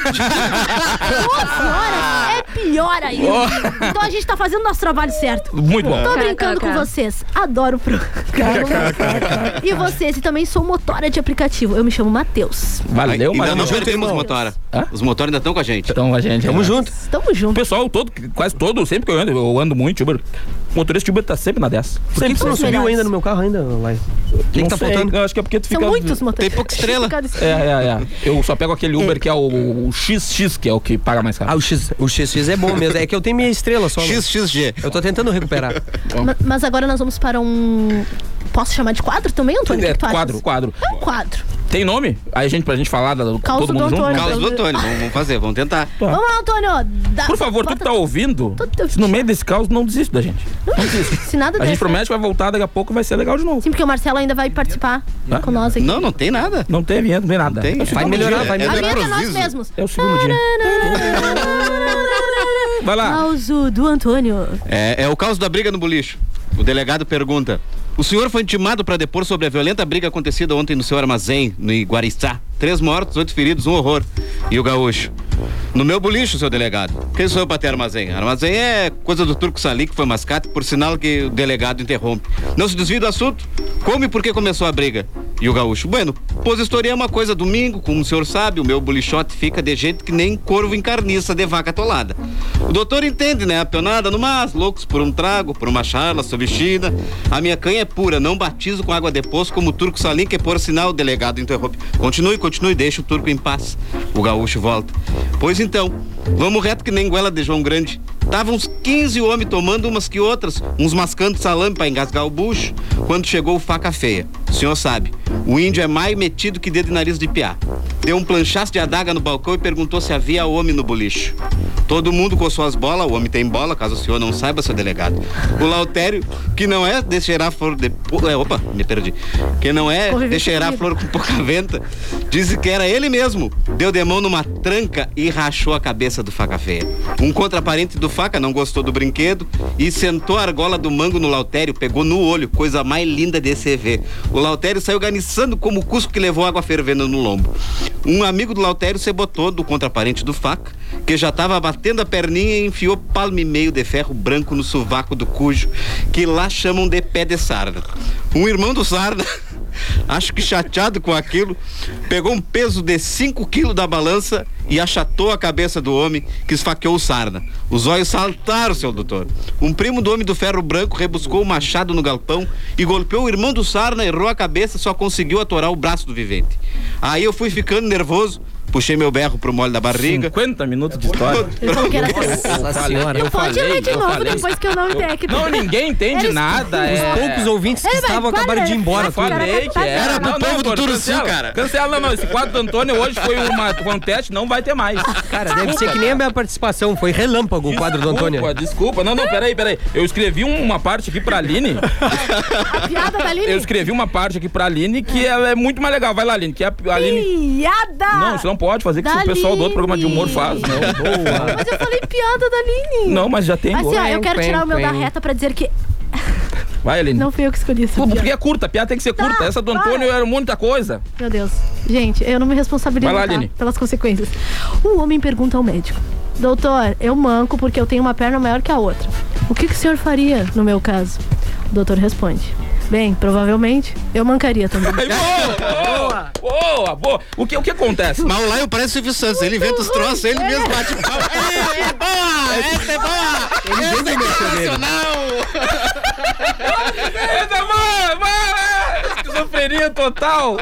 duas horas é pior ainda. Oh. Então a gente tá fazendo nosso trabalho certo. Muito bom. Tô brincando com vocês. Adoro o programa. E vocês, e também sou motora de aplicativo. Eu me chamo Matheus. Valeu, Ainda mas não perdemos os motora. Hã? Os motores ainda estão com a gente. Então a gente. Tamo é. junto. Tamo O junto. pessoal todo, quase todo, sempre que eu ando, eu ando muito, Uber. O motorista de Uber tá sempre na dez. Por que, Sempre, que você não os subiu melhores. ainda no meu carro ainda, Lai? O que, que Não tá sei, faltando? eu acho que é porque tu São fica... muitos motoristas. Tem pouca estrela. É, é, é. Eu só pego aquele Uber que é o, o X X, que é o que paga mais caro. Ah, o X, o X X é bom mesmo. É que eu tenho minha estrela só. né? X X G. Eu tô tentando recuperar. Ma- Mas agora nós vamos para um... Posso chamar de quadro também, Antônio? O É, que que tu achas? quadro, quadro. É um quadro. Tem nome? Aí a gente, pra gente falar da, Causa todo do mundo junto? Antônio. Não? Caos do Antônio. Vamos, vamos fazer, vamos tentar. Vamos lá, Antônio. Dá- Por favor, tu bota- que tá ouvindo, Tô- se no meio desse caos, não desiste da gente. Não desiste. Se nada A der gente promete certo. que vai voltar daqui a pouco e vai ser legal de novo. Sim, porque o Marcelo ainda vai participar Hã? com nós aqui. Não, não tem nada. Não tem vinheta, não tem nada. Tem. É o Vai segundo melhorar, dia. vai É A do melhorar. vinheta é nós improviso. mesmos. É o segundo dia. Vai lá. Causo do Antônio. É, é o caos da briga no boliche. O delegado pergunta: o senhor foi intimado para depor sobre a violenta briga acontecida ontem no seu armazém, no Iguariçá. Três mortos, oito feridos, um horror. E o gaúcho: no meu boliche, seu delegado. Quem sou eu para ter armazém? Armazém é coisa do Turco Sali, que foi mascate, por sinal que o delegado interrompe. Não se desvia do assunto? Como e por que começou a briga? E o gaúcho: bueno, pois história é uma coisa domingo, como o senhor sabe, o meu bolichote fica de jeito que nem corvo em carniça de vaca atolada. O doutor entende, né? A pionada no mas, loucos por um trago, por uma charla, sob China. A minha canha é pura, não batizo com água de poço como o Turco Salim, que por sinal o delegado interrompe. Continue, continue, deixa o turco em paz. O gaúcho volta: pois então, vamos reto que nem goela de João Grande. Tava uns quinze homens tomando umas que outras, uns mascando salame pra engasgar o bucho, quando chegou o faca feia. O senhor sabe, o índio é mais metido que dedo e nariz de piá. Deu um planchaço de adaga no balcão e perguntou se havia homem no boliche. Todo mundo coçou as bolas, o homem tem bola, caso o senhor não saiba, seu delegado. O Lautério, que não é de cheirar flor de... É, opa, me perdi. Que não é de cheirar flor com pouca venta, disse que era ele mesmo. Deu de mão numa tranca e rachou a cabeça do faca feia. Um contraparente do faca não gostou do brinquedo e sentou a argola do mango no Lautério, pegou no olho, coisa mais linda de se ver. O Lautério saiu ganiçando como o cusco que levou água fervendo no lombo. Um amigo do Lautério se botou do contraparente do faca, que já estava batendo a perninha, e enfiou palmo e meio de ferro branco no sovaco do cujo, que lá chamam de pé de sarna. Um irmão do sarna, acho que chateado com aquilo, pegou um peso de cinco quilos da balança e achatou a cabeça do homem, que esfaqueou o sarna. Os olhos saltaram, seu doutor. Um primo do homem do ferro branco rebuscou o machado no galpão e golpeou o irmão do sarna, errou a cabeça, só conseguiu atorar o braço do vivente. Aí eu fui ficando nervoso, puxei meu berro pro mole da barriga. cinquenta minutos de história. Ele falou que era Nossa senhora, eu Pode falei, ler de eu novo falei. depois que eu não técnico. Não, ninguém entende Eles- nada. Os é... poucos ouvintes que Ei, vai, estavam para, acabaram de ir embora. Eu falei que era. Era pro Não, povo não, do pô, Turuçu, cancela. cara. Cancela, não, não. Esse quadro do Antônio hoje foi uma, foi um teste, não vai ter mais. Cara, deve ser que nem a minha participação. Foi relâmpago o quadro do Antônio. Desculpa, desculpa. Não, não, peraí, peraí. Eu escrevi uma parte aqui pra Aline. A piada da Aline? Eu escrevi uma parte aqui pra Aline que ela é muito mais legal. Vai lá, Aline. Que a Aline. Piada! Não, você não pode fazer que Da o pessoal do outro Aline. programa de humor faz. Não, boa. Mas eu falei piada da Aline. Não, mas já tem. Assim, ó, eu quero Quen, tirar o meu da quen. reta pra dizer que Vai, Aline. não fui eu que escolhi essa Pô, piada. porque é curta, a piada tem que ser curta. Tá, Essa do vai. Antônio era muita coisa. Meu Deus. Gente, eu não me responsabilizo Vai lá, tá? Aline. pelas consequências. Um homem pergunta ao médico: doutor, eu manco porque eu tenho uma perna maior que a outra. O que, que o senhor faria no meu caso? O doutor responde: bem, provavelmente eu mancaria também. Aí, boa, boa, boa, boa. O que, o que acontece? Mas o Lion parece o Silvio Santos, ele inventa os troços, ele mesmo bate palma. É, é boa, essa é boa, Ele essa vende é o merchan dele. sensacional. Eita, vai, vai! Esquizofrenia total!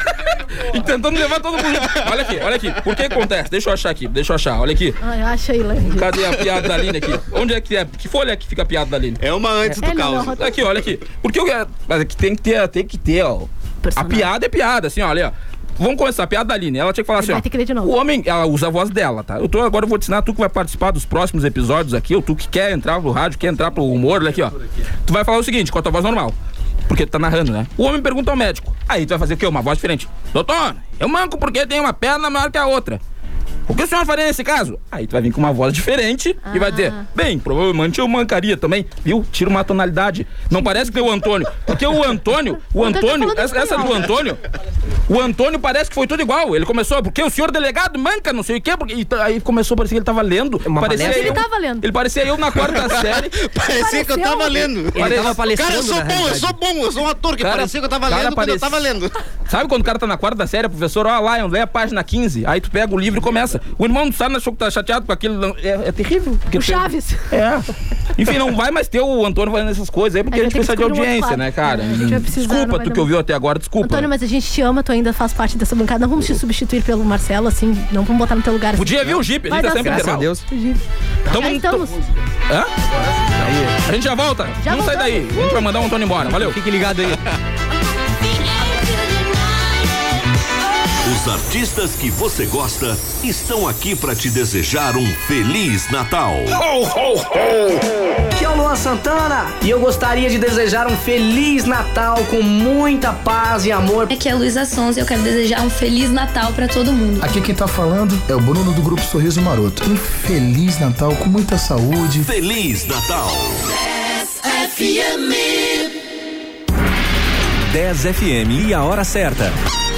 E tentando levar todo mundo. Olha aqui, olha aqui. Por que acontece? Deixa eu achar aqui, deixa eu achar, olha aqui. Ai, acha aí, Lene. Cadê a piada da Aline aqui? Onde é que é? Que folha é que fica a piada da Aline? É uma antes do É, não, caos. não, Tá aqui, olha aqui. Porque eu quero. Mas é que tem que ter, tem que ter, ó. A Personagem. piada é piada, assim, olha, ó. Vamos começar, a piada da Aline. Ela tinha que falar assim, Vai ó. ter que ler de novo. O homem, ela usa a voz dela, tá? Eu tô, agora eu vou te ensinar, tu que vai participar dos próximos episódios aqui, ou tu que quer entrar pro rádio, quer entrar pro humor, olha aqui, ó. Tu vai falar o seguinte, com a tua voz normal. Porque tu tá narrando, né? O homem pergunta ao médico. Aí tu vai fazer o quê? Uma voz diferente. Doutor, eu manco porque tenho uma perna maior que a outra. O que o senhor faria nesse caso? Aí tu vai vir com uma voz diferente e vai dizer, bem, provavelmente eu mancaria também, viu? Tira uma tonalidade. Não parece que é o Antônio. Porque o Antônio, o O Antônio Antônio, tá falando essa, essa do espanhol. Antônio, o Antônio parece que foi tudo igual. Ele começou, porque o senhor delegado manca, não sei o quê, porque... e t- aí começou, parecia que ele tava lendo. Uma parecia palestra. eu, Ele tava lendo. Ele parecia eu na quarta série. Parecia que eu tava lendo. Ele Parece- tava palestrando. Cara, eu sou na bom, eu realidade. sou bom, eu sou um ator que Cara, parecia que eu tava cara, lendo quando eu parece- tava lendo. Sabe quando o cara tá na quarta série, professor, ó, Lion, lê a página quinze, aí tu pega o livro e começa. O irmão do Sarna achou que tá chateado com aquilo, não- é, é terrível. porque O tu- Chaves. É. Enfim, não vai mais ter o Antônio fazendo essas coisas aí, porque A a gente gente vai precisa de ter que descobrir um outro audiência, né, quadro. cara? É, a gente vai precisar, não Desculpa, vai tu dar que ouviu até agora, desculpa. Antônio, mas a gente te ama, tu ainda faz parte dessa bancada. Não vamos te substituir pelo Marcelo, assim, não vamos botar no teu lugar. Podia vir o Jeep, a Vai gente tá dar sempre certo. intervalo. Graças a Deus. Então, Já estamos. Hã? A gente já volta. Já não sai daí. voltamos. A gente vai mandar o Antônio embora. Valeu. Fique ligado aí. Os artistas que você gosta estão aqui para te desejar um Feliz Natal. Ho, ho, ho. Aqui é o Luan Santana e eu gostaria de desejar um Feliz Natal com muita paz e amor. Aqui é a Luísa Sonza e eu quero desejar um Feliz Natal para todo mundo. Aqui quem tá falando é o Bruno do Grupo Sorriso Maroto. Um Feliz Natal com muita saúde. Feliz Natal. dez F M. dez F M e a hora certa.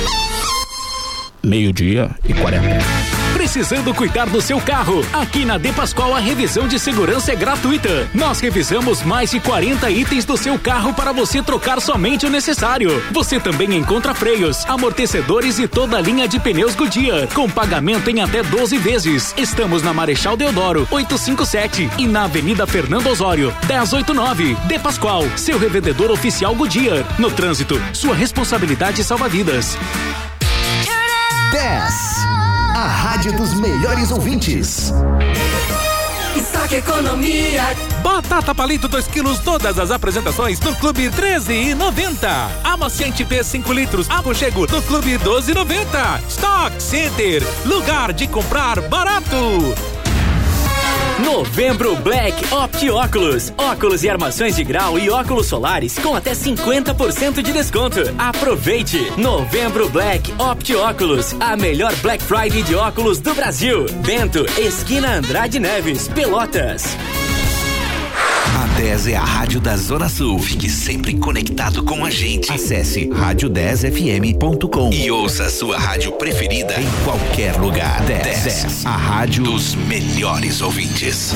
Meio-dia e quarenta. Precisando cuidar do seu carro? Aqui na De Pascoal a revisão de segurança é gratuita. Nós revisamos mais de quarenta itens do seu carro para você trocar somente o necessário. Você também encontra freios, amortecedores e toda a linha de pneus Goodyear, com pagamento em até doze vezes. Estamos na Marechal Deodoro, oitocentos e cinquenta e sete e na Avenida Fernando Osório, dez oitenta e nove. De Pascoal, seu revendedor oficial Goodyear. No trânsito, sua responsabilidade salva vidas. dez. A rádio dos melhores ouvintes. Saque Economia. Batata palito dois quilos, todas as apresentações no Clube treze e noventa. Amaciante P cinco litros, Apochego no Clube doze e noventa. Stock Center, lugar de comprar barato. Novembro Black Opt Óculos. Óculos e armações de grau e óculos solares com até cinquenta por cento de desconto. Aproveite! Novembro Black Opt Óculos. A melhor Black Friday de óculos do Brasil. Bento, esquina Andrade Neves, Pelotas. A dez é a rádio da Zona Sul. Fique sempre conectado com a gente. Acesse rádio dez f m ponto com e ouça a sua rádio preferida em qualquer lugar. dez, a rádio dos melhores ouvintes.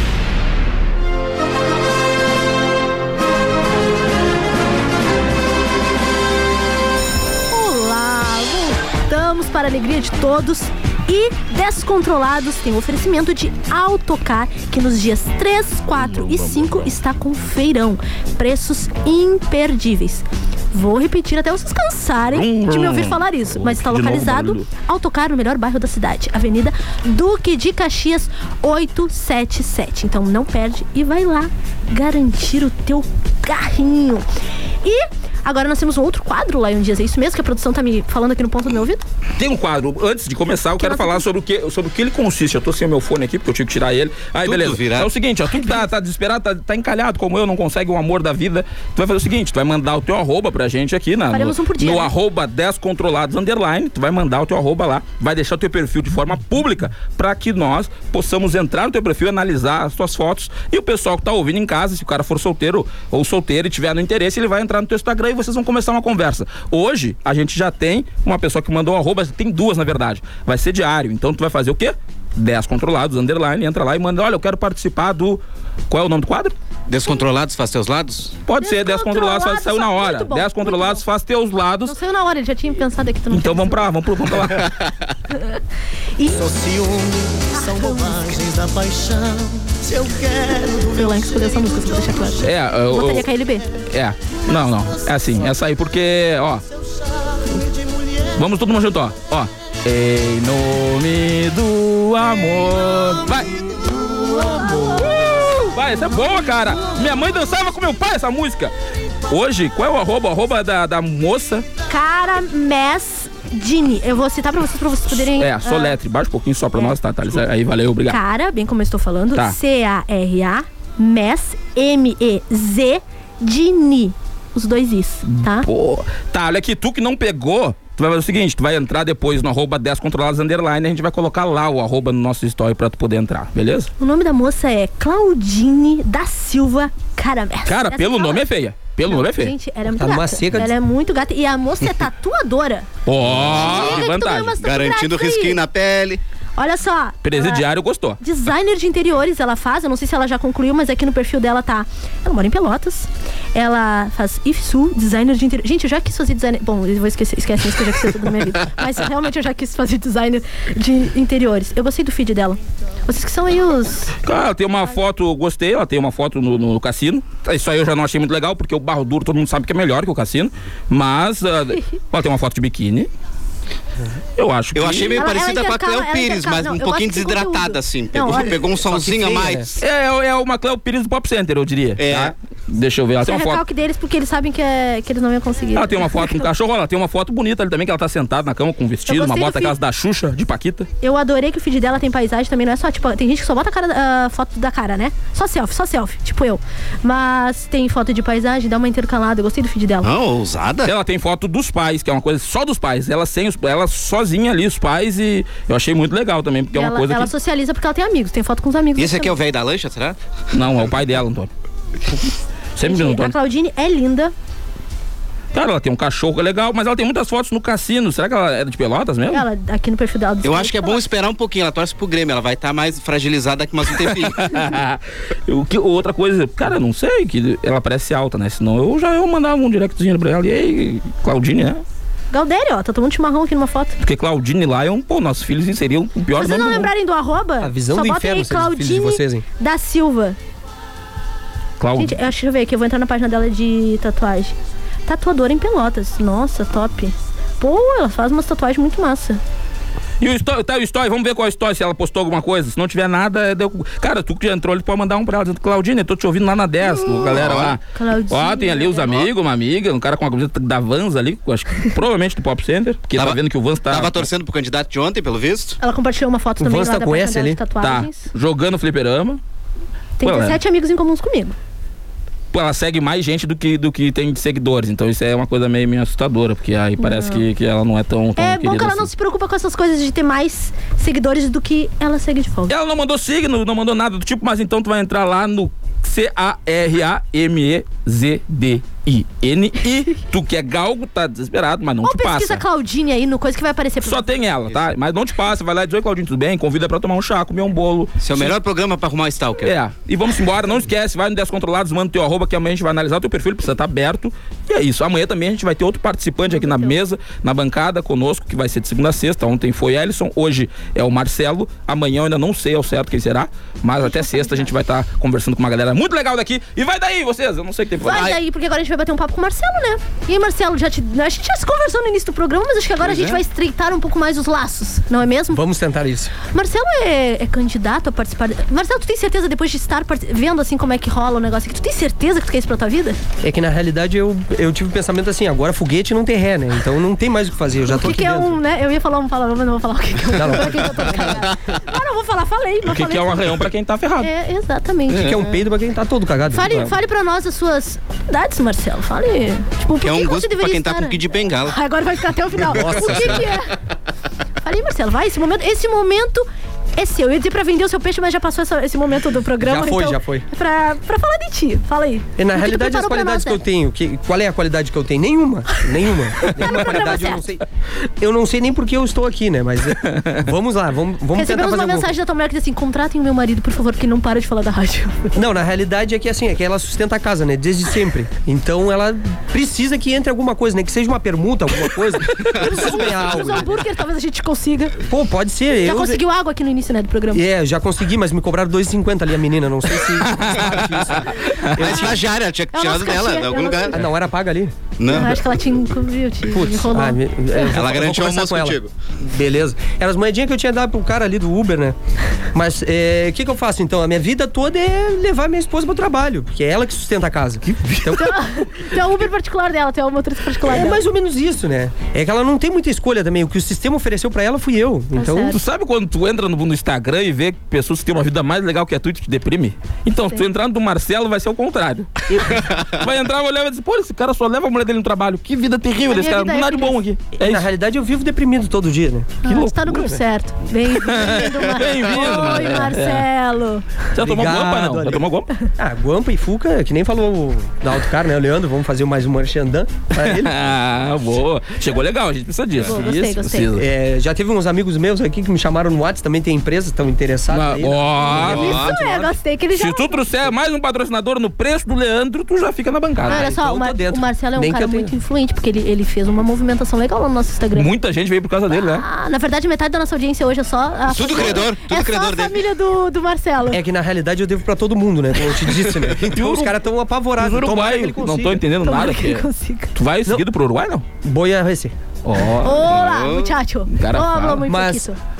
Olá, voltamos para a alegria de todos. E Descontrolados tem um oferecimento de Autocar, que nos dias três, quatro e cinco está com feirão. Preços imperdíveis. Vou repetir até vocês cansarem de me ouvir falar isso, mas está localizado Autocar no melhor bairro da cidade, Avenida Duque de Caxias oitocentos e setenta e sete. Então não perde e vai lá garantir o teu carrinho. E agora nós temos um outro quadro, Lion Dias, é isso mesmo que a produção tá me falando aqui no ponto do meu ouvido? Tem um quadro, antes de começar, eu que quero falar tem... sobre o que sobre o que ele consiste. Eu tô sem o meu fone aqui, porque eu tive que tirar ele. Aí, tudo beleza. Virado. É o seguinte, ó, tu que tá, tá desesperado, tá, tá encalhado como eu, não consegue um amor da vida, tu vai fazer o seguinte, tu vai mandar o teu arroba pra gente aqui, na, no, um por dia, no né? arroba Descontrolados underline, tu vai mandar o teu arroba lá, vai deixar o teu perfil de forma pública, pra que nós possamos entrar no teu perfil, analisar as tuas fotos, e o pessoal que tá ouvindo em casa, se o cara for solteiro ou solteiro e tiver no interesse, ele vai entrar no teu Instagram e vocês vão começar uma conversa. Hoje, a gente já tem uma pessoa que mandou um arroba, tem duas na verdade, vai ser diário, então tu vai fazer o quê? Descontrolados, underline, entra lá e manda, olha, eu quero participar do... Qual é o nome do quadro? Descontrolados, faz teus lados? Pode ser, Descontrolados, faz, saiu na hora. Bom, Descontrolados, faz teus lados. Não saiu na hora, ele já tinha pensado aqui. Tu não então vamos pra lá, vamos, pro, vamos pra lá. E... Só ciúme, são bobagens da paixão. Se eu quero... Foi lá que escolheu essa música, vou deixar claro. É, eu... Botaria K L B. É, não, não, é assim, essa aí porque, ó... Vamos todo mundo junto, ó, ó. Em nome do amor. Vai! Uh, vai, essa é boa, cara. Minha mãe dançava com meu pai essa música. Hoje, qual é o arroba? O arroba da, da moça? Cara Mess Dini. Eu vou citar pra vocês, pra vocês poderem... É, soletre, baixa um pouquinho só pra é. nós, tá, Thales? Aí, valeu, obrigado. Cara, bem como eu estou falando, tá. C A R A Mess M E Z Dini. Os dois is, tá? Pô. Tá, olha aqui, tu que não pegou... Tu vai fazer o seguinte, tu vai entrar depois no arroba Descontrolados underline, a gente vai colocar lá o arroba no nosso story pra tu poder entrar, beleza? O nome da moça é Claudine da Silva Caramés. Cara, pelo fala... nome é feia. Pelo nome é feia. Gente, ela é muito tá gata. Seca ela de... é muito gata. E a moça é tatuadora. Ó, oh, que vantagem. Garantindo risquinho na pele. Olha só. Presidiário gostou. Designer de interiores ela faz, eu não sei se ela já concluiu, mas aqui no perfil dela tá. Ela mora em Pelotas. Ela faz I F S U, designer de interiores. Gente, eu já quis fazer designer. Bom, eu vou esquecer, esquece isso que eu já quis fazer tudo na minha vida. Mas realmente eu já quis fazer designer de interiores. Eu gostei do feed dela. Vocês que são aí os. Cara, ela tem uma foto, gostei, ela tem uma foto no, no cassino. Isso aí eu já não achei muito legal, porque o barro duro todo mundo sabe que é melhor que o cassino. Mas uh, ela tem uma foto de biquíni. Eu acho que... Eu achei meio ela, parecida ela com a Cleo Pires, mas não, um pouquinho desidratada, assim. Pegou, não, olha, pegou um solzinho a mais. É, é uma Cleo Pires do Pop Center, eu diria. É. Tá? Deixa eu ver, ela Isso tem é uma foto. recalque deles porque eles sabem que, é, que eles não iam conseguir. Ela tem uma foto com um cachorro, ela tem uma foto bonita ali também, que ela tá sentada na cama com um vestido, uma gostei do bota feed. aquelas da Xuxa, de Paquita. Eu adorei que o feed dela tem paisagem também, não é só, tipo, tem gente que só bota a cara, a foto da cara, né? Só selfie, só selfie, tipo eu. Mas tem foto de paisagem, dá uma intercalada, eu gostei do feed dela. Não, ousada. Ela tem foto dos pais, que é uma coisa só dos pais. Ela sem os, ela sozinha ali, os pais, e eu achei muito legal também, porque é uma ela coisa ela que... socializa porque ela tem amigos, tem foto com os amigos. E esse aqui é o velho da lancha, será? Não, é o pai dela, Antônio. Sempre no A Antônio. Claudine é linda. Cara, ela tem um cachorro legal, mas ela tem muitas fotos no cassino. Será que ela é de Pelotas mesmo? Ela, aqui no perfil dela. Eu acho que é bom esperar um pouquinho. Ela torce pro Grêmio, ela vai estar mais fragilizada daqui mais um tempinho. Eu, que, outra coisa, cara, não sei, que ela parece alta, né? Senão eu já eu mandava um directzinho pra ela. E aí, Claudine, né? Galdério, ó, tá tomando chimarrão aqui numa foto. Porque Claudine Lion, pô, nossos filhos inseriam o pior Se vocês nome não do mundo. lembrarem do arroba, A visão só do botem inferno, aí vocês, filhos de Claudine vocês, hein? da Silva. Claud... Gente, deixa eu ver aqui, eu vou entrar na página dela de tatuagem. Tatuadora em Pelotas. Nossa, top. Pô, ela faz umas tatuagens muito massa. E o story, tá, o story, vamos ver qual é o story, se ela postou alguma coisa. Se não tiver nada, deu... Cara, tu que já entrou, ele pode mandar um pra ela, dizendo, Claudine, eu tô te ouvindo lá na dez, uh, galera lá. Claudine. Ó, tem ali os amigos, uma amiga, um cara com uma camiseta da Vans ali, acho que provavelmente do Pop Center, porque Tava- tá vendo que o Vans tá... Tava torcendo pro candidato de ontem, pelo visto. Ela compartilhou uma foto O também Vans lá tá da com página esse dela ali? de Tá, tatuagens. jogando fliperama. Tem Pô, ela- dezessete amigos em comuns comigo. Pô, ela segue mais gente do que, do que tem de seguidores, então isso é uma coisa meio, meio assustadora, porque aí parece que, que ela não é tão, tão É bom querida que ela assim. não se preocupa com essas coisas de ter mais seguidores do que ela segue de volta. Ela não mandou signo, não mandou nada do tipo, mas então tu vai entrar lá no C A R A M E Z D I N I. Tu que é galgo, tá desesperado, mas não Ou te pesquisa passa. Claudine aí no coisa que vai aparecer pra Só você. tem ela, tá? Mas não te passa, vai lá e diz, oi Claudinho, tudo bem? Convida pra tomar um chá, comer um bolo. Esse é o melhor programa pra arrumar o stalker. É, e vamos embora, não esquece, vai no Descontrolados, manda o teu arroba, que amanhã a gente vai analisar o teu perfil, ele precisa estar aberto. E é isso, amanhã também a gente vai ter outro participante aqui na mesa, na bancada conosco, que vai ser de segunda a sexta. Ontem foi Ellison, hoje é o Marcelo, amanhã eu ainda não sei ao certo quem será, mas até sexta a gente vai estar conversando com uma galera muito legal daqui. E vai daí, vocês, eu não sei o que tem pra Vai falar. daí, porque agora a gente vai bater um papo com o Marcelo, né? E aí, Marcelo, já te... a gente já se conversou no início do programa, mas acho que agora Pois a gente é. vai estreitar um pouco mais os laços, não é mesmo? Vamos tentar isso. Marcelo é, é candidato a participar. Marcelo, tu tem certeza, depois de estar part- vendo assim como é que rola o negócio aqui, tu tem certeza que tu quer isso pra tua vida? É que na realidade eu, eu tive o pensamento assim, agora foguete não tem ré, né? Então não tem mais o que fazer, eu já O tô que, aqui que é dentro. um, né? Eu ia falar um palavrão, mas não vou falar o que, que é um. Não, não. Pra quem eu tô cagada. Ah, não vou falar, falei. O mas que, falei que é um arranhão pra quem tá ferrado? É, exatamente. O que, que é um peido pra quem tá todo cagado? Fale, fale pra nós as suas idades, Marcelo. Fale. Tipo, por Que é um que gosto você pra deveria quem tá estar... com Kid Bengala. Agora vai ficar até o final. Nossa o que, Senhora. que é? Fale aí, Marcelo, vai. Esse momento, esse momento é seu. Eu ia dizer pra vender o seu peixe, mas já passou essa- esse momento do programa. Já foi, então, já foi. É pra, pra falar de ti. Fala aí. E na O que tu realidade as preparou pra qualidades nós, que eu tenho, que, qual é a qualidade que eu tenho? Nenhuma, nenhuma. Nenhuma qualidade eu não sei. Eu não sei nem porque eu estou aqui, né? Mas é, vamos lá, vamos, vamos tentar Recebemos fazer uma alguma mensagem da tua mulher que diz assim: contratem o meu marido, por favor, que não para de falar da rádio. Não, na realidade é que assim, é que ela sustenta a casa, né? Desde sempre. Então ela precisa que entre alguma coisa, né? Que seja uma permuta, alguma coisa. Eu preciso ganhar algo. Os né? hambúrguer, talvez a gente consiga. Pô, pode ser. Já eu... conseguiu água aqui no início, né, do programa? É, já consegui, mas me cobraram dois e cinquenta ali a menina, não sei se... A estagiária, ela tinha É o tirado nosso dela, cachê, de é algum o lugar. Ah, não, era paga ali? Não. Eu acho que ela te encobriu, te Putz, enrolou. ah, me- é, vou- Ela vou garantiu conversar almoço com ela. contigo. Beleza. Eram as moedinhas que eu tinha dado pro cara ali do Uber, né? Mas é, o que que eu faço então? A minha vida toda é levar minha esposa pro trabalho, porque é ela que sustenta a casa. Então, Tu é o Uber particular dela, tu é o motorista particular é dela. mais ou menos isso, né? É que ela não tem muita escolha também. O que o sistema ofereceu pra ela fui eu. Então, Tu sabe quando tu entra no, no Instagram e vê pessoas que têm uma vida mais legal que a tua e tu te deprime? Então, se tu entrar no do Marcelo, vai ser o contrário. Vai entrar, vai olhar e vai dizer, pô, esse cara só leva a mulher dele no trabalho. Que vida terrível A desse minha cara. vida Não é nada de bom aqui. É na isso. realidade eu vivo deprimido todo dia, né? Que loucura, tá no grupo certo. Bem-vindo, Mar... Bem-vindo, Oi, é, Marcelo. Já tomou Obrigado, guampa, não? Já Ale. tomou guampa? Ah, Guampa e Fuca, que nem falou da Autocar, né? O Leandro, vamos fazer mais um Marchandan pra ele. Ah, boa. Chegou legal, a gente precisa disso. Boa, gostei, Isso, gostei. precisa. É, já teve uns amigos meus aqui que me chamaram no WhatsApp, também tem empresas, estão interessadas. Ah, aí, né? ó. Isso é, gostei que ele já... Se tu trouxer mais um patrocinador no preço do Leandro, tu já fica na bancada. Olha só, então o, eu Mar- tô dentro. o Marcelo é um Nem que cara eu tenha. muito influente, porque ele, ele fez uma movimentação legal lá no nosso Instagram. Muita gente veio por causa dele, né? Ah, na verdade, metade da nossa audiência hoje é só... A Tudo família- credor, tudo é credor só a dele. família do, do Marcelo. É que na realidade eu devo pra todo mundo, né? Como eu te disse, né? Então os caras estão apavorados. Os Tomara que uruguaios, ele não consiga. tô entendendo Tomara nada. que ele Que... consiga. Tu vai seguido pro Uruguai, não? Boia Rece. Ó. Olá, muchacho. cara Olá, fala. muito Mas- poquito.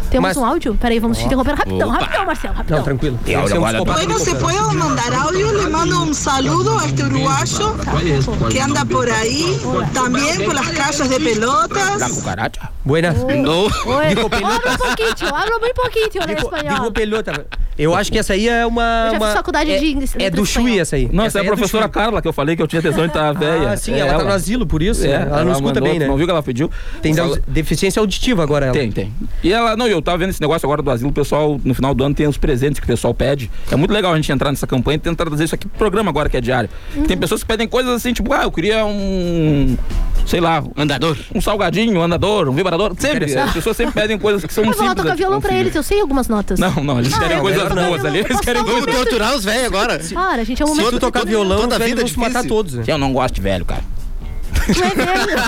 Temos Mas- um áudio? Peraí, vamos te Ó. interromper rapidão, Opa. rapidão, Marcelo, rapidão. Não, tranquilo. Tem áudio agora, Bueno, ¿se puede mandar audio? Le mando un saludo a este uruguayo que anda por ahí, también por las calles de pelotas. La cucaracha. Buenas. No. Oi, Dijo pelotas. habla um pouquinho, habla bem pouquinho em Digo, espanhol. digo pelota. Eu acho que essa aí é uma. Eu já uma- fiz faculdade é, de inglês- É do letra Chui espanhol. essa aí. Não, essa essa é a aí do professora Chui. Carla, que eu falei que eu tinha tesão de estar velha. Ah, sim, É ela tá no asilo, por isso. É, ela não escuta mandou, bem, né? Não viu que ela pediu? Tem Ela- deficiência auditiva agora ela. Tem, tem. E ela, não, eu tava vendo esse negócio agora do asilo, o pessoal, no final do ano, tem os presentes que o pessoal pede. É muito legal a gente entrar nessa campanha e tentar trazer isso aqui pro programa agora, que é diário. Tem pessoas que pedem coisas assim, tipo, ah, eu queria um, sei lá, Andador. um salgadinho, um andador, um vibrador. Sempre, as pessoas sempre pedem coisas que são Eu vou lá simples. tocar violão pra Conseguir. eles, eu sei algumas notas. Não, não, eles Ah, querem eu coisas quero tocar boas ali, violão, eles eu querem posso coisas dar um momento- Torturar os velhos agora. Para, gente, é um Se momento... tu tocar violão, toda os velhos vida vão é se matar difícil. todos. né? Eu não gosto de velho, cara. Tu é velho.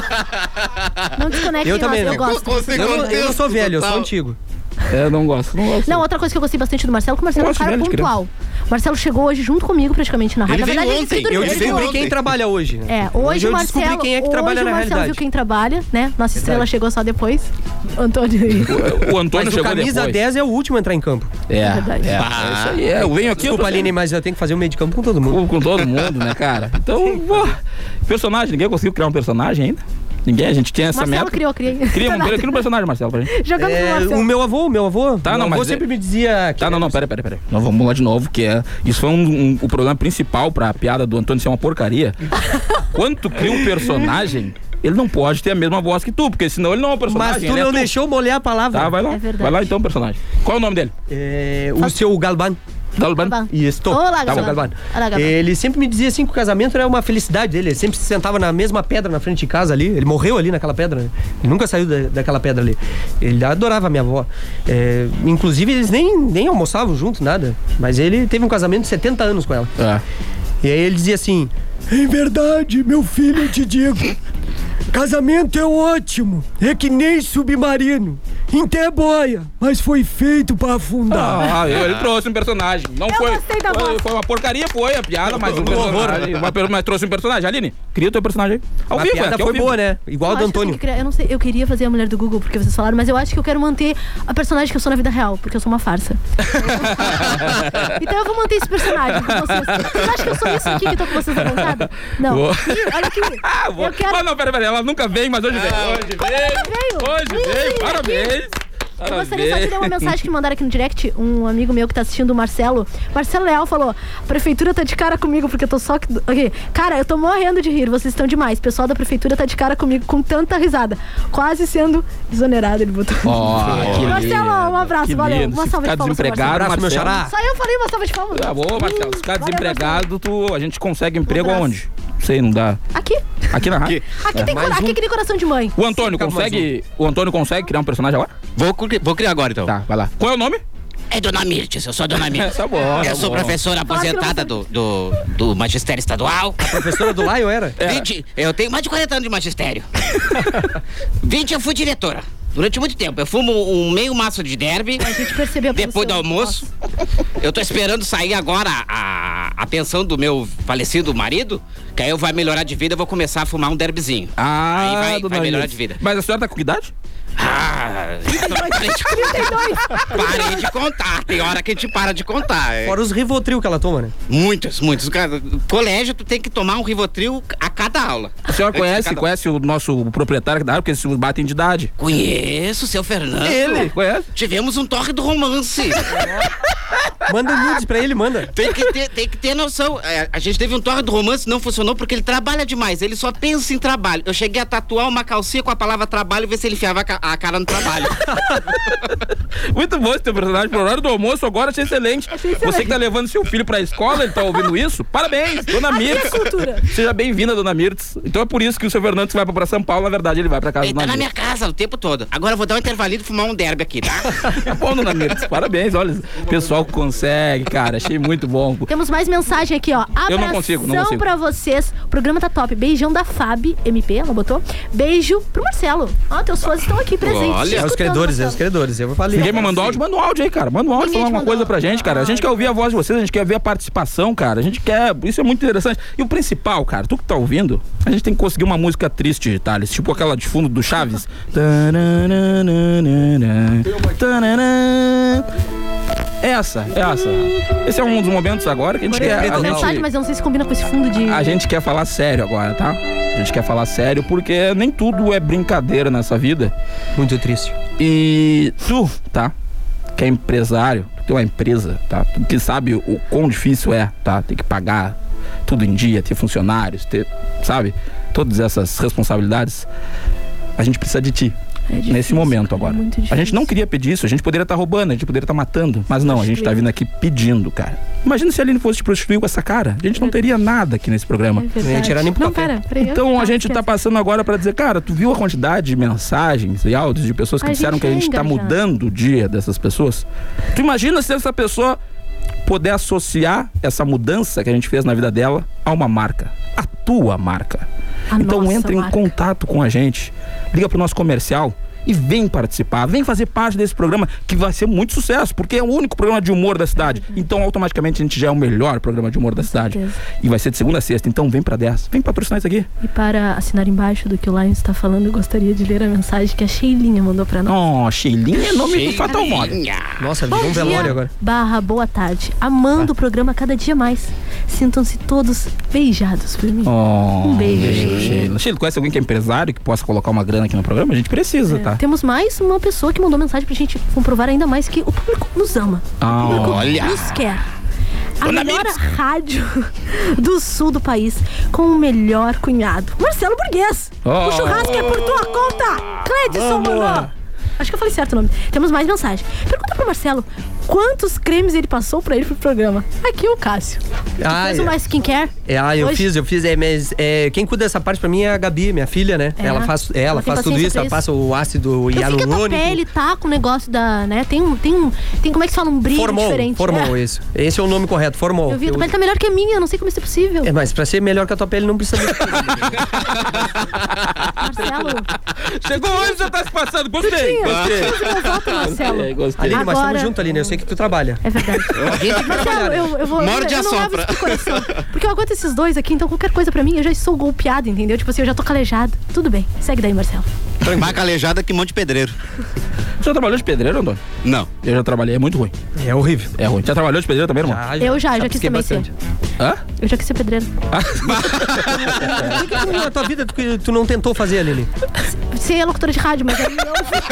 Não desconecte Eu também, nós, eu né? gosto. Eu, não- eu não sou velho, eu sou Total. antigo. É, eu não gosto, não gosto. Não, outra coisa que eu gostei bastante do Marcelo, que o Marcelo é um Gosto cara velho de pontual. O Marcelo chegou hoje junto comigo praticamente na rádio. Ele Na veio verdade, ontem, ele se Eu ele descobri veio quem trabalha hoje. Né? É, hoje, eu o Marcelo, descobri quem é que hoje trabalha o na Marcelo realidade. viu quem trabalha, né? Nossa estrela chegou só depois. Antônio. O, o Antônio Mas o chegou camisa depois. dez é o último a entrar em campo. É, verdade. é, é isso aí. É, eu venho aqui... eu Desculpa, tô Aline, mas eu tenho que fazer o meio de campo com todo mundo. Com, com todo mundo, né, cara? Então, pô, personagem, ninguém conseguiu criar um personagem ainda? Ninguém, a gente tinha essa Marcelo meta. criou, criei. Cria um, cria um personagem, Marcelo, pra gente. Jogamos no É, Marcelo. o meu avô, o meu avô, Tá, meu não, avô mas sempre é- me dizia que Tá, não, não, pera, pera, pera. Nós vamos lá de novo, que é... Isso foi um, um- o problema principal pra piada do Antônio ser uma porcaria. Quando tu cria um personagem, ele não pode ter a mesma voz que tu, porque senão ele não é um personagem. Mas tu ele é não deixou molhar a palavra. Tá, vai lá. É verdade. Vai lá então, personagem. Qual é o nome dele? É, o seu Galban. Galban? Isso, tô. Olá, Tá, o Galban. Galban. Olá, Galban. Ele sempre me dizia assim que o casamento era uma felicidade dele. Ele sempre se sentava na mesma pedra na frente de casa ali. Ele morreu ali naquela pedra, né? Ele nunca saiu da, daquela pedra ali. Ele adorava a minha avó. É, inclusive, eles nem, nem almoçavam junto, nada. Mas ele teve um casamento de setenta anos com ela. É. E aí ele dizia assim: em verdade, meu filho, eu te digo, casamento é ótimo, é que nem submarino, em té boia, mas foi feito pra afundar. Ah, ele trouxe um personagem. Não Eu foi, gostei da foi. voz. Foi uma porcaria, foi a piada, mas um personagem. Uma, per- mas trouxe um personagem. Aline, cria o teu personagem aí. Ao A vivo, piada aqui ao foi vivo. boa, né? Igual a Eu do acho que eu tenho Antônio. que criar- eu não sei, eu queria fazer a mulher do Google, porque vocês falaram, mas eu acho que eu quero manter a personagem que eu sou na vida real, porque eu sou uma farsa. Então eu vou manter esse personagem com vocês. Vocês acham que eu sou isso aqui que tô com vocês na bancada? Não. Boa. Ih, olha aqui. Ah, boa. Eu quero... Mas não, pera, pera, ela nunca vem, mas hoje vem. Hoje Como vem. ela veio? Hoje Ih, veio, sim, parabéns. aqui. Eu gostaria só de Parabéns. ler uma mensagem que me mandaram aqui no direct. Um amigo meu que tá assistindo, o Marcelo. Marcelo Leal falou: a prefeitura tá de cara comigo, porque eu tô só. Okay. Cara, eu tô morrendo de rir, vocês estão demais. O pessoal da prefeitura tá de cara comigo com tanta risada. Quase sendo exonerado, ele botou. Ó, que Marcelo, um abraço, que valeu. lindo. Uma Se salva ficar de palmas. desempregado, Abraço, meu Marcelo. xará. Só eu falei uma salva de palmas. Tá bom, Marcelo. Se ficar Valeu, desempregado, tu, a gente consegue emprego abraço. aonde? Sei, não dá. Aqui. Aqui na rádio? Aqui tem, Mais aqui um. aquele coração de mãe. O Antônio consegue. O Antônio consegue criar um personagem agora? Vou, cri- vou criar agora então. Tá, vai lá. Qual é o nome? É Dona Mirtes, eu sou a Dona Mirtes. Tá bom, tá Eu sou bom. professora aposentada do, do, do magistério estadual. Professora do Laio era? vinte, eu tenho mais de quarenta anos de magistério. vinte eu fui diretora. Durante muito tempo. Eu fumo um meio maço de derby. A gente percebeu. Depois do almoço. Eu tô esperando sair agora a, a pensão do meu falecido marido, que aí eu vai melhorar de vida, eu vou começar a fumar um derbyzinho. Ah, Aí vai, dona vai melhorar Mirtes. de vida. Mas a senhora tá com que idade? Ah, parei de, parei de contar. Tem hora que a gente para de contar. É. Fora os Rivotril que ela toma, né? Muitos, muitos. Cara, colégio, tu tem que tomar um Rivotril a cada aula. A senhora Antes de conhece, cada- conhece o nosso proprietário da área, porque eles batem de idade. Conheço, seu Fernando. Ele, conhece? Tivemos um torre do romance. Manda um nudes pra ele, manda. Tem que ter, tem que ter noção. É, a gente teve um torre do romance, não funcionou porque ele trabalha demais. Ele só pensa em trabalho. Eu cheguei a tatuar uma calcinha com a palavra trabalho e ver se ele enfiava a ca- a cara no trabalho. Muito bom esse teu personagem. Pro horário do almoço agora, achei excelente. Você que tá levando seu filho pra escola, ele tá ouvindo isso? Parabéns, dona Mirtes. Seja bem-vinda, dona Mirtes. Então é por isso que o seu Fernando vai pra São Paulo, na verdade, ele vai pra casa Ele do tá na dona minha Mirtes. casa o tempo todo. Agora eu vou dar um intervalinho e fumar um derby aqui, tá? Tá bom, dona Mirtes. Parabéns, olha. O pessoal consegue, cara. Achei muito bom. Temos mais mensagem aqui, ó. Abração Eu não consigo, não consigo. pra vocês. O programa tá top. Beijão da Fabi, M P, ela botou. Beijo pro Marcelo. Ó, teus fãs estão aqui. presente. Olha, é os credores, é os credores. Eu falei. Ninguém me mandou áudio, manda um áudio aí, cara. Manda um áudio, fala alguma coisa pra gente, cara. A gente quer ouvir a voz de vocês, a gente quer ver a participação, cara. A gente quer. Isso é muito interessante. E o principal, cara, tu que tá ouvindo, a gente tem que conseguir uma música triste, Thales. Tipo aquela de fundo do Chaves. Essa, essa. Esse é um dos momentos agora que a gente Agora quer. eu A mensagem, gente, mas eu não sei se combina com esse fundo de. a gente quer falar sério agora, tá? A gente quer falar sério porque nem tudo é brincadeira nessa vida. Muito triste. E tu, tá? Que é empresário, tu tem uma empresa, tá? Tu que sabe o quão difícil é, tá? Tem que pagar tudo em dia, ter funcionários, ter, sabe? Todas essas responsabilidades. A gente precisa de ti. É difícil, nesse momento agora. É a gente não queria pedir isso, a gente poderia estar tá roubando, a gente poderia estar tá matando, mas não, a gente tá vindo aqui pedindo, cara. Imagina se a Aline fosse te prostituir com essa cara, a gente não teria nada aqui nesse programa. É não ia tirar nem pro não, café. Para, então a gente tá passando agora pra dizer, cara, tu viu a quantidade de mensagens e áudios de pessoas que a disseram que a gente tá mudando o dia dessas pessoas? Tu imagina se essa pessoa poder associar essa mudança que a gente fez na vida dela a uma marca, a tua marca. A então entre marca. em contato com a gente, liga pro nosso comercial e vem participar, vem fazer parte desse programa que vai ser muito sucesso, porque é o único programa de humor da cidade. Então automaticamente a gente já é o melhor programa de humor da cidade. E vai ser de segunda a sexta, então vem pra dez, vem patrocinar isso aqui. E para assinar embaixo do que o Lion está falando, eu gostaria de ler a mensagem que a Sheilinha mandou pra nós. Oh, Sheilinha é nome Sheilinha. do Fatal Model. Nossa, virou um velório agora. Barra, boa tarde. Amando ah. o programa cada dia mais. Sintam-se todos beijados por mim. Oh, um beijo, beijo Sheila. Sheila, conhece alguém que é empresário que possa colocar uma grana aqui no programa? A gente precisa, é. tá? Temos mais uma pessoa que mandou mensagem pra gente comprovar ainda mais que o público nos ama. Ah, o público olha. nos quer. A Dona melhor Mips. rádio do sul do país com o melhor cunhado, Marcelo Burguês. Oh. O churrasco é por tua conta. Cledson mandou. Acho que eu falei certo o nome. Temos mais mensagem. Pergunta pro Marcelo quantos cremes ele passou pra ir pro programa. Aqui o Cássio. Ah, fez é. uma skincare? É, ah, eu hoje? fiz, eu fiz. É, mas é, quem cuida dessa parte pra mim é a Gabi, minha filha, né? É. Ela faz, é, ela ela faz tudo isso, ela passa o ácido hialurônico. Eu sei que a tua pele tá com o negócio da, né? Tem um, tem um, tem como é que se fala, um brilho formol, diferente. Formol, é. isso. Esse é o nome correto, formol. Eu vi, a tua pele tá melhor que a minha, eu não sei como isso é possível. É, mas pra ser melhor que a tua pele não precisa de... Marcelo. Chegou hoje, já tá se passando, gostei. Gostei. Volta, Marcelo. Gostei, gostei. Aline, Agora... nós estamos juntos, Aline, eu sei que tu trabalha. É verdade. Marcelo, eu, eu vou. Morde eu, eu a não levo sopra. isso pro coração. Porque eu aguento esses dois aqui, então qualquer coisa pra mim, eu já sou golpeado, entendeu? Tipo assim, eu já tô calejado. Tudo bem, segue daí, Marcelo. Mais calejada que monte de pedreiro. Você já trabalhou de pedreiro, Antônio? Não. Eu já trabalhei, é muito ruim. É horrível. É ruim. Já trabalhou de pedreiro também, irmão? Já, eu já, já, já quis também bastante. ser. Hã? Eu já quis ser pedreiro. O que, que tu, na tua vida tu, tu não tentou fazer, Aline? Ser locutora de rádio, mas aí não.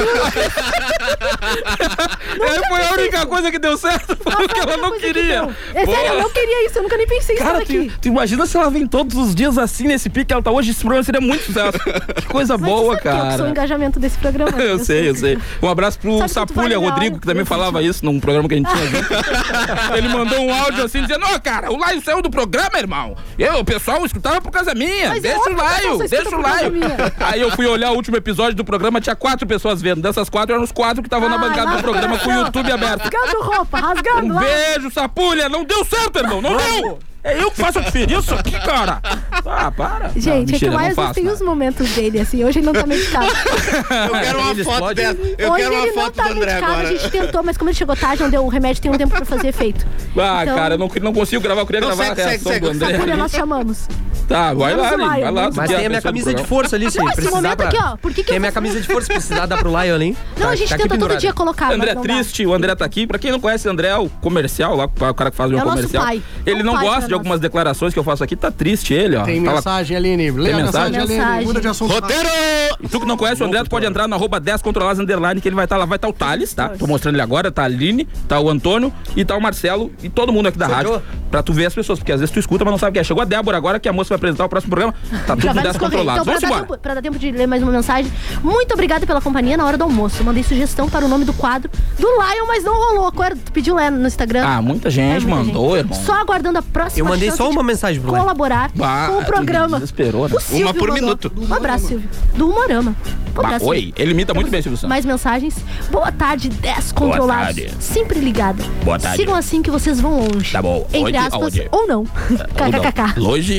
É, foi a única coisa que deu certo, porque ela não queria. Que é sério, eu não queria isso, eu nunca nem pensei Cara, isso aqui. Tu, tu imagina se ela vem todos os dias assim, nesse pique que ela tá hoje, esse programa seria muito sucesso. Que coisa mas boa, sabe cara. Que eu sou o engajamento desse programa. eu, eu sei, eu sei. Um abraço pro sabe Sapulha Rodrigo, que também falava isso num programa que a gente tinha visto. Ele mandou um áudio assim, dizendo, ó, oh, cara, o Laio saiu do programa, irmão. Eu, o pessoal escutava por causa minha. Mas deixa é o Laio, deixa o Laio. Aí eu fui olhar o último episódio do programa, tinha quatro pessoas vendo. Dessas quatro, eram os quatro que estavam na bancada do programa com o YouTube aberto. Rasgando roupa, rasgando Um lá. beijo, Sapulha. Não deu certo, irmão. Não deu. É eu que faço a diferença aqui, cara. Ah, para. Gente, não, mentira, é que o Laio tem os momentos dele, assim. Hoje ele não tá medicado. Eu quero uma foto dessa. Eu Hoje quero uma ele foto não tá do André medicado, agora. a gente tentou, mas como ele chegou tarde, não deu, o remédio tem um tempo pra fazer efeito. Ah, então... cara, eu não, não consigo gravar, eu queria Não, gravar segue, a reação segue, do segue. André. Sapulha, nós chamamos. Tá, vai lá, Vamos lá, vai lá. Mas tem a minha camisa de força ali, se Não, esse precisar momento pra... aqui, ó, por que que Tem eu a minha faço- camisa de força, se precisar dar pro Lion ali. Não, Tá- a gente tá aqui tenta todo pendurada. dia colocar, André mas não dá. triste, o André tá aqui. Pra quem não conhece o André, é o comercial lá, o cara que faz o É o nosso comercial. pai. Ele É um não pai gosta pra de nós. algumas declarações que eu faço aqui, tá triste ele, ó. Tem Tá lá- mensagem, Aline. Lê a mensagem, Aline. Mensagem. Muda de assunto. Roteiro! E tu que não conhece o André, tu pode entrar no arroba dez controlados underline, que ele vai estar lá. Vai estar o Thales, tá? Tô mostrando ele agora, tá a Aline, tá o Antônio e tá o Marcelo e todo mundo aqui da rádio. Pra tu ver as pessoas, porque às vezes tu escuta, mas não sabe quem é. Chegou a Débora agora, que a moça vai apresentar o próximo programa. Tá tudo Já no vai dez discorrer. controlados. Então, pra Vamos dar, embora. tempo, pra dar tempo de ler mais uma mensagem, muito obrigada pela companhia na hora do almoço. Eu mandei sugestão para o nome do quadro do Lion, mas não rolou. Qual era? Tu pediu lá no Instagram? Ah, muita gente É, muita mandou, irmão. Só aguardando a próxima Eu mandei chance só de uma mensagem pro Lion. colaborar Bah, com o programa. desesperou, né? O Silvio Uma por mandou. minuto. Um abraço, Silvio. Do Humorama. Um Bah, abraço, oi, Silvio. ele imita muito bem, Silvio Santos. Mais mensagens. Boa tarde, dez controlados. tarde. Sempre ligada. Boa tarde. Sigam assim que vocês vão longe. Tá bom. Entre Hoje, aspas, aonde? ou não. KKKK. Longe, aonde Não da sei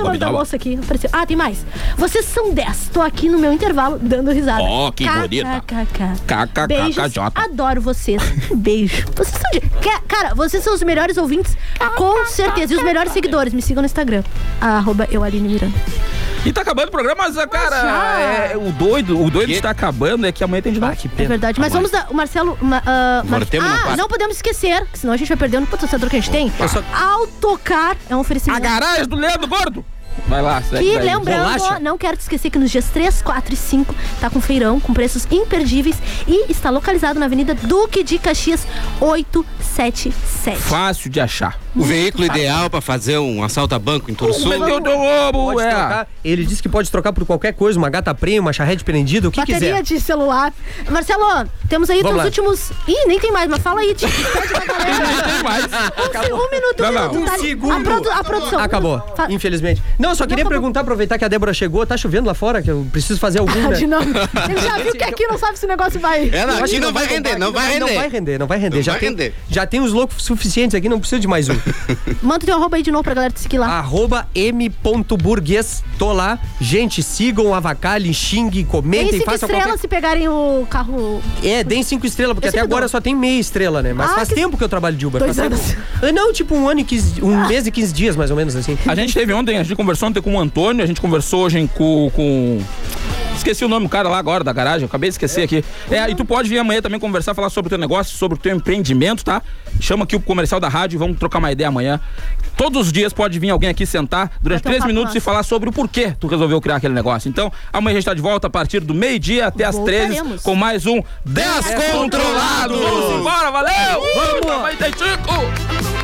lavando a louça aqui. Apareceu. Ah, tem mais. Vocês são dez. Tô aqui no meu intervalo dando risada. Ó, que bonita. KKK. Beijos. Adoro vocês. Beijo. Vocês são de... Cara, vocês são os melhores ouvintes, com certeza. E os melhores seguidores. Me sigam no Instagram. Arroba eu, Aline Miranda. E tá acabando o programa, mas, cara, é, o doido, o doido está acabando, é que amanhã tem de novo. Ah, é verdade. Mas vamos dar. O Marcelo. Uh, Mar... Ah, não podemos esquecer, que senão a gente vai perdendo o patrocinador que a gente tem. Só... Autocar é um oferecimento. A garagem do Leandro Gordo. Vai lá, segue E daí. lembrando, Bolacha. Não quero te esquecer que nos dias três, quatro e cinco tá com feirão, com preços imperdíveis e está localizado na Avenida Duque de Caxias oitocentos e setenta e sete. Fácil de achar. O veículo ideal pra fazer um assalto a banco em Turuçu. Pode é. trocar. Ele disse que pode trocar por qualquer coisa, uma gata prêmio, uma charrete prendida, o que Bateria quiser. de celular. Marcelo, temos aí os últimos... Ih, nem tem mais, mas fala aí. Pede pra galera. Nem tem mais. Um, um minuto, não, um não. minuto. Um tá segundo. A, produ a produção. Acabou, Fa... infelizmente. Não, eu só queria não, perguntar, aproveitar que a Débora chegou. Tá chovendo lá fora, que eu preciso fazer algum, né? Ele já viu que aqui não sabe se o negócio vai... É, não, aqui não vai render, não vai render. Não vai render, não vai render. Não já vai tem, render. Já tem os loucos suficientes aqui, não precisa de mais um. Manda o teu arroba aí de novo pra galera te seguir lá. Arroba m.burguês. Tô lá. Gente, sigam, avacalhem, xinguem, comentem, tem cinco façam estrelas qualquer... se pegarem o carro... É, deem cinco estrelas, porque até agora dou. Só tem meia estrela, né? Mas ah, faz que... tempo que eu trabalho de Uber. Dois faz anos. Tempo... Não, tipo um ano e quinze... Um ah. mês e quinze dias, mais ou menos, assim. A gente teve ontem, a gente conversou ontem com o Antônio, a gente conversou hoje com... com... Esqueci o nome do cara lá agora, da garagem, eu acabei de esquecer é. aqui. É, e tu pode vir amanhã também conversar, falar sobre o teu negócio, sobre o teu empreendimento, tá? Chama aqui o comercial da rádio e vamos trocar uma ideia amanhã. Todos os dias pode vir alguém aqui sentar durante três minutos e falar sobre o porquê tu resolveu criar aquele negócio. Então, amanhã a gente tá de volta a partir do meio-dia até as treze com mais um Descontrolado. Vamos embora, valeu! Vamos! Vai ter Chico!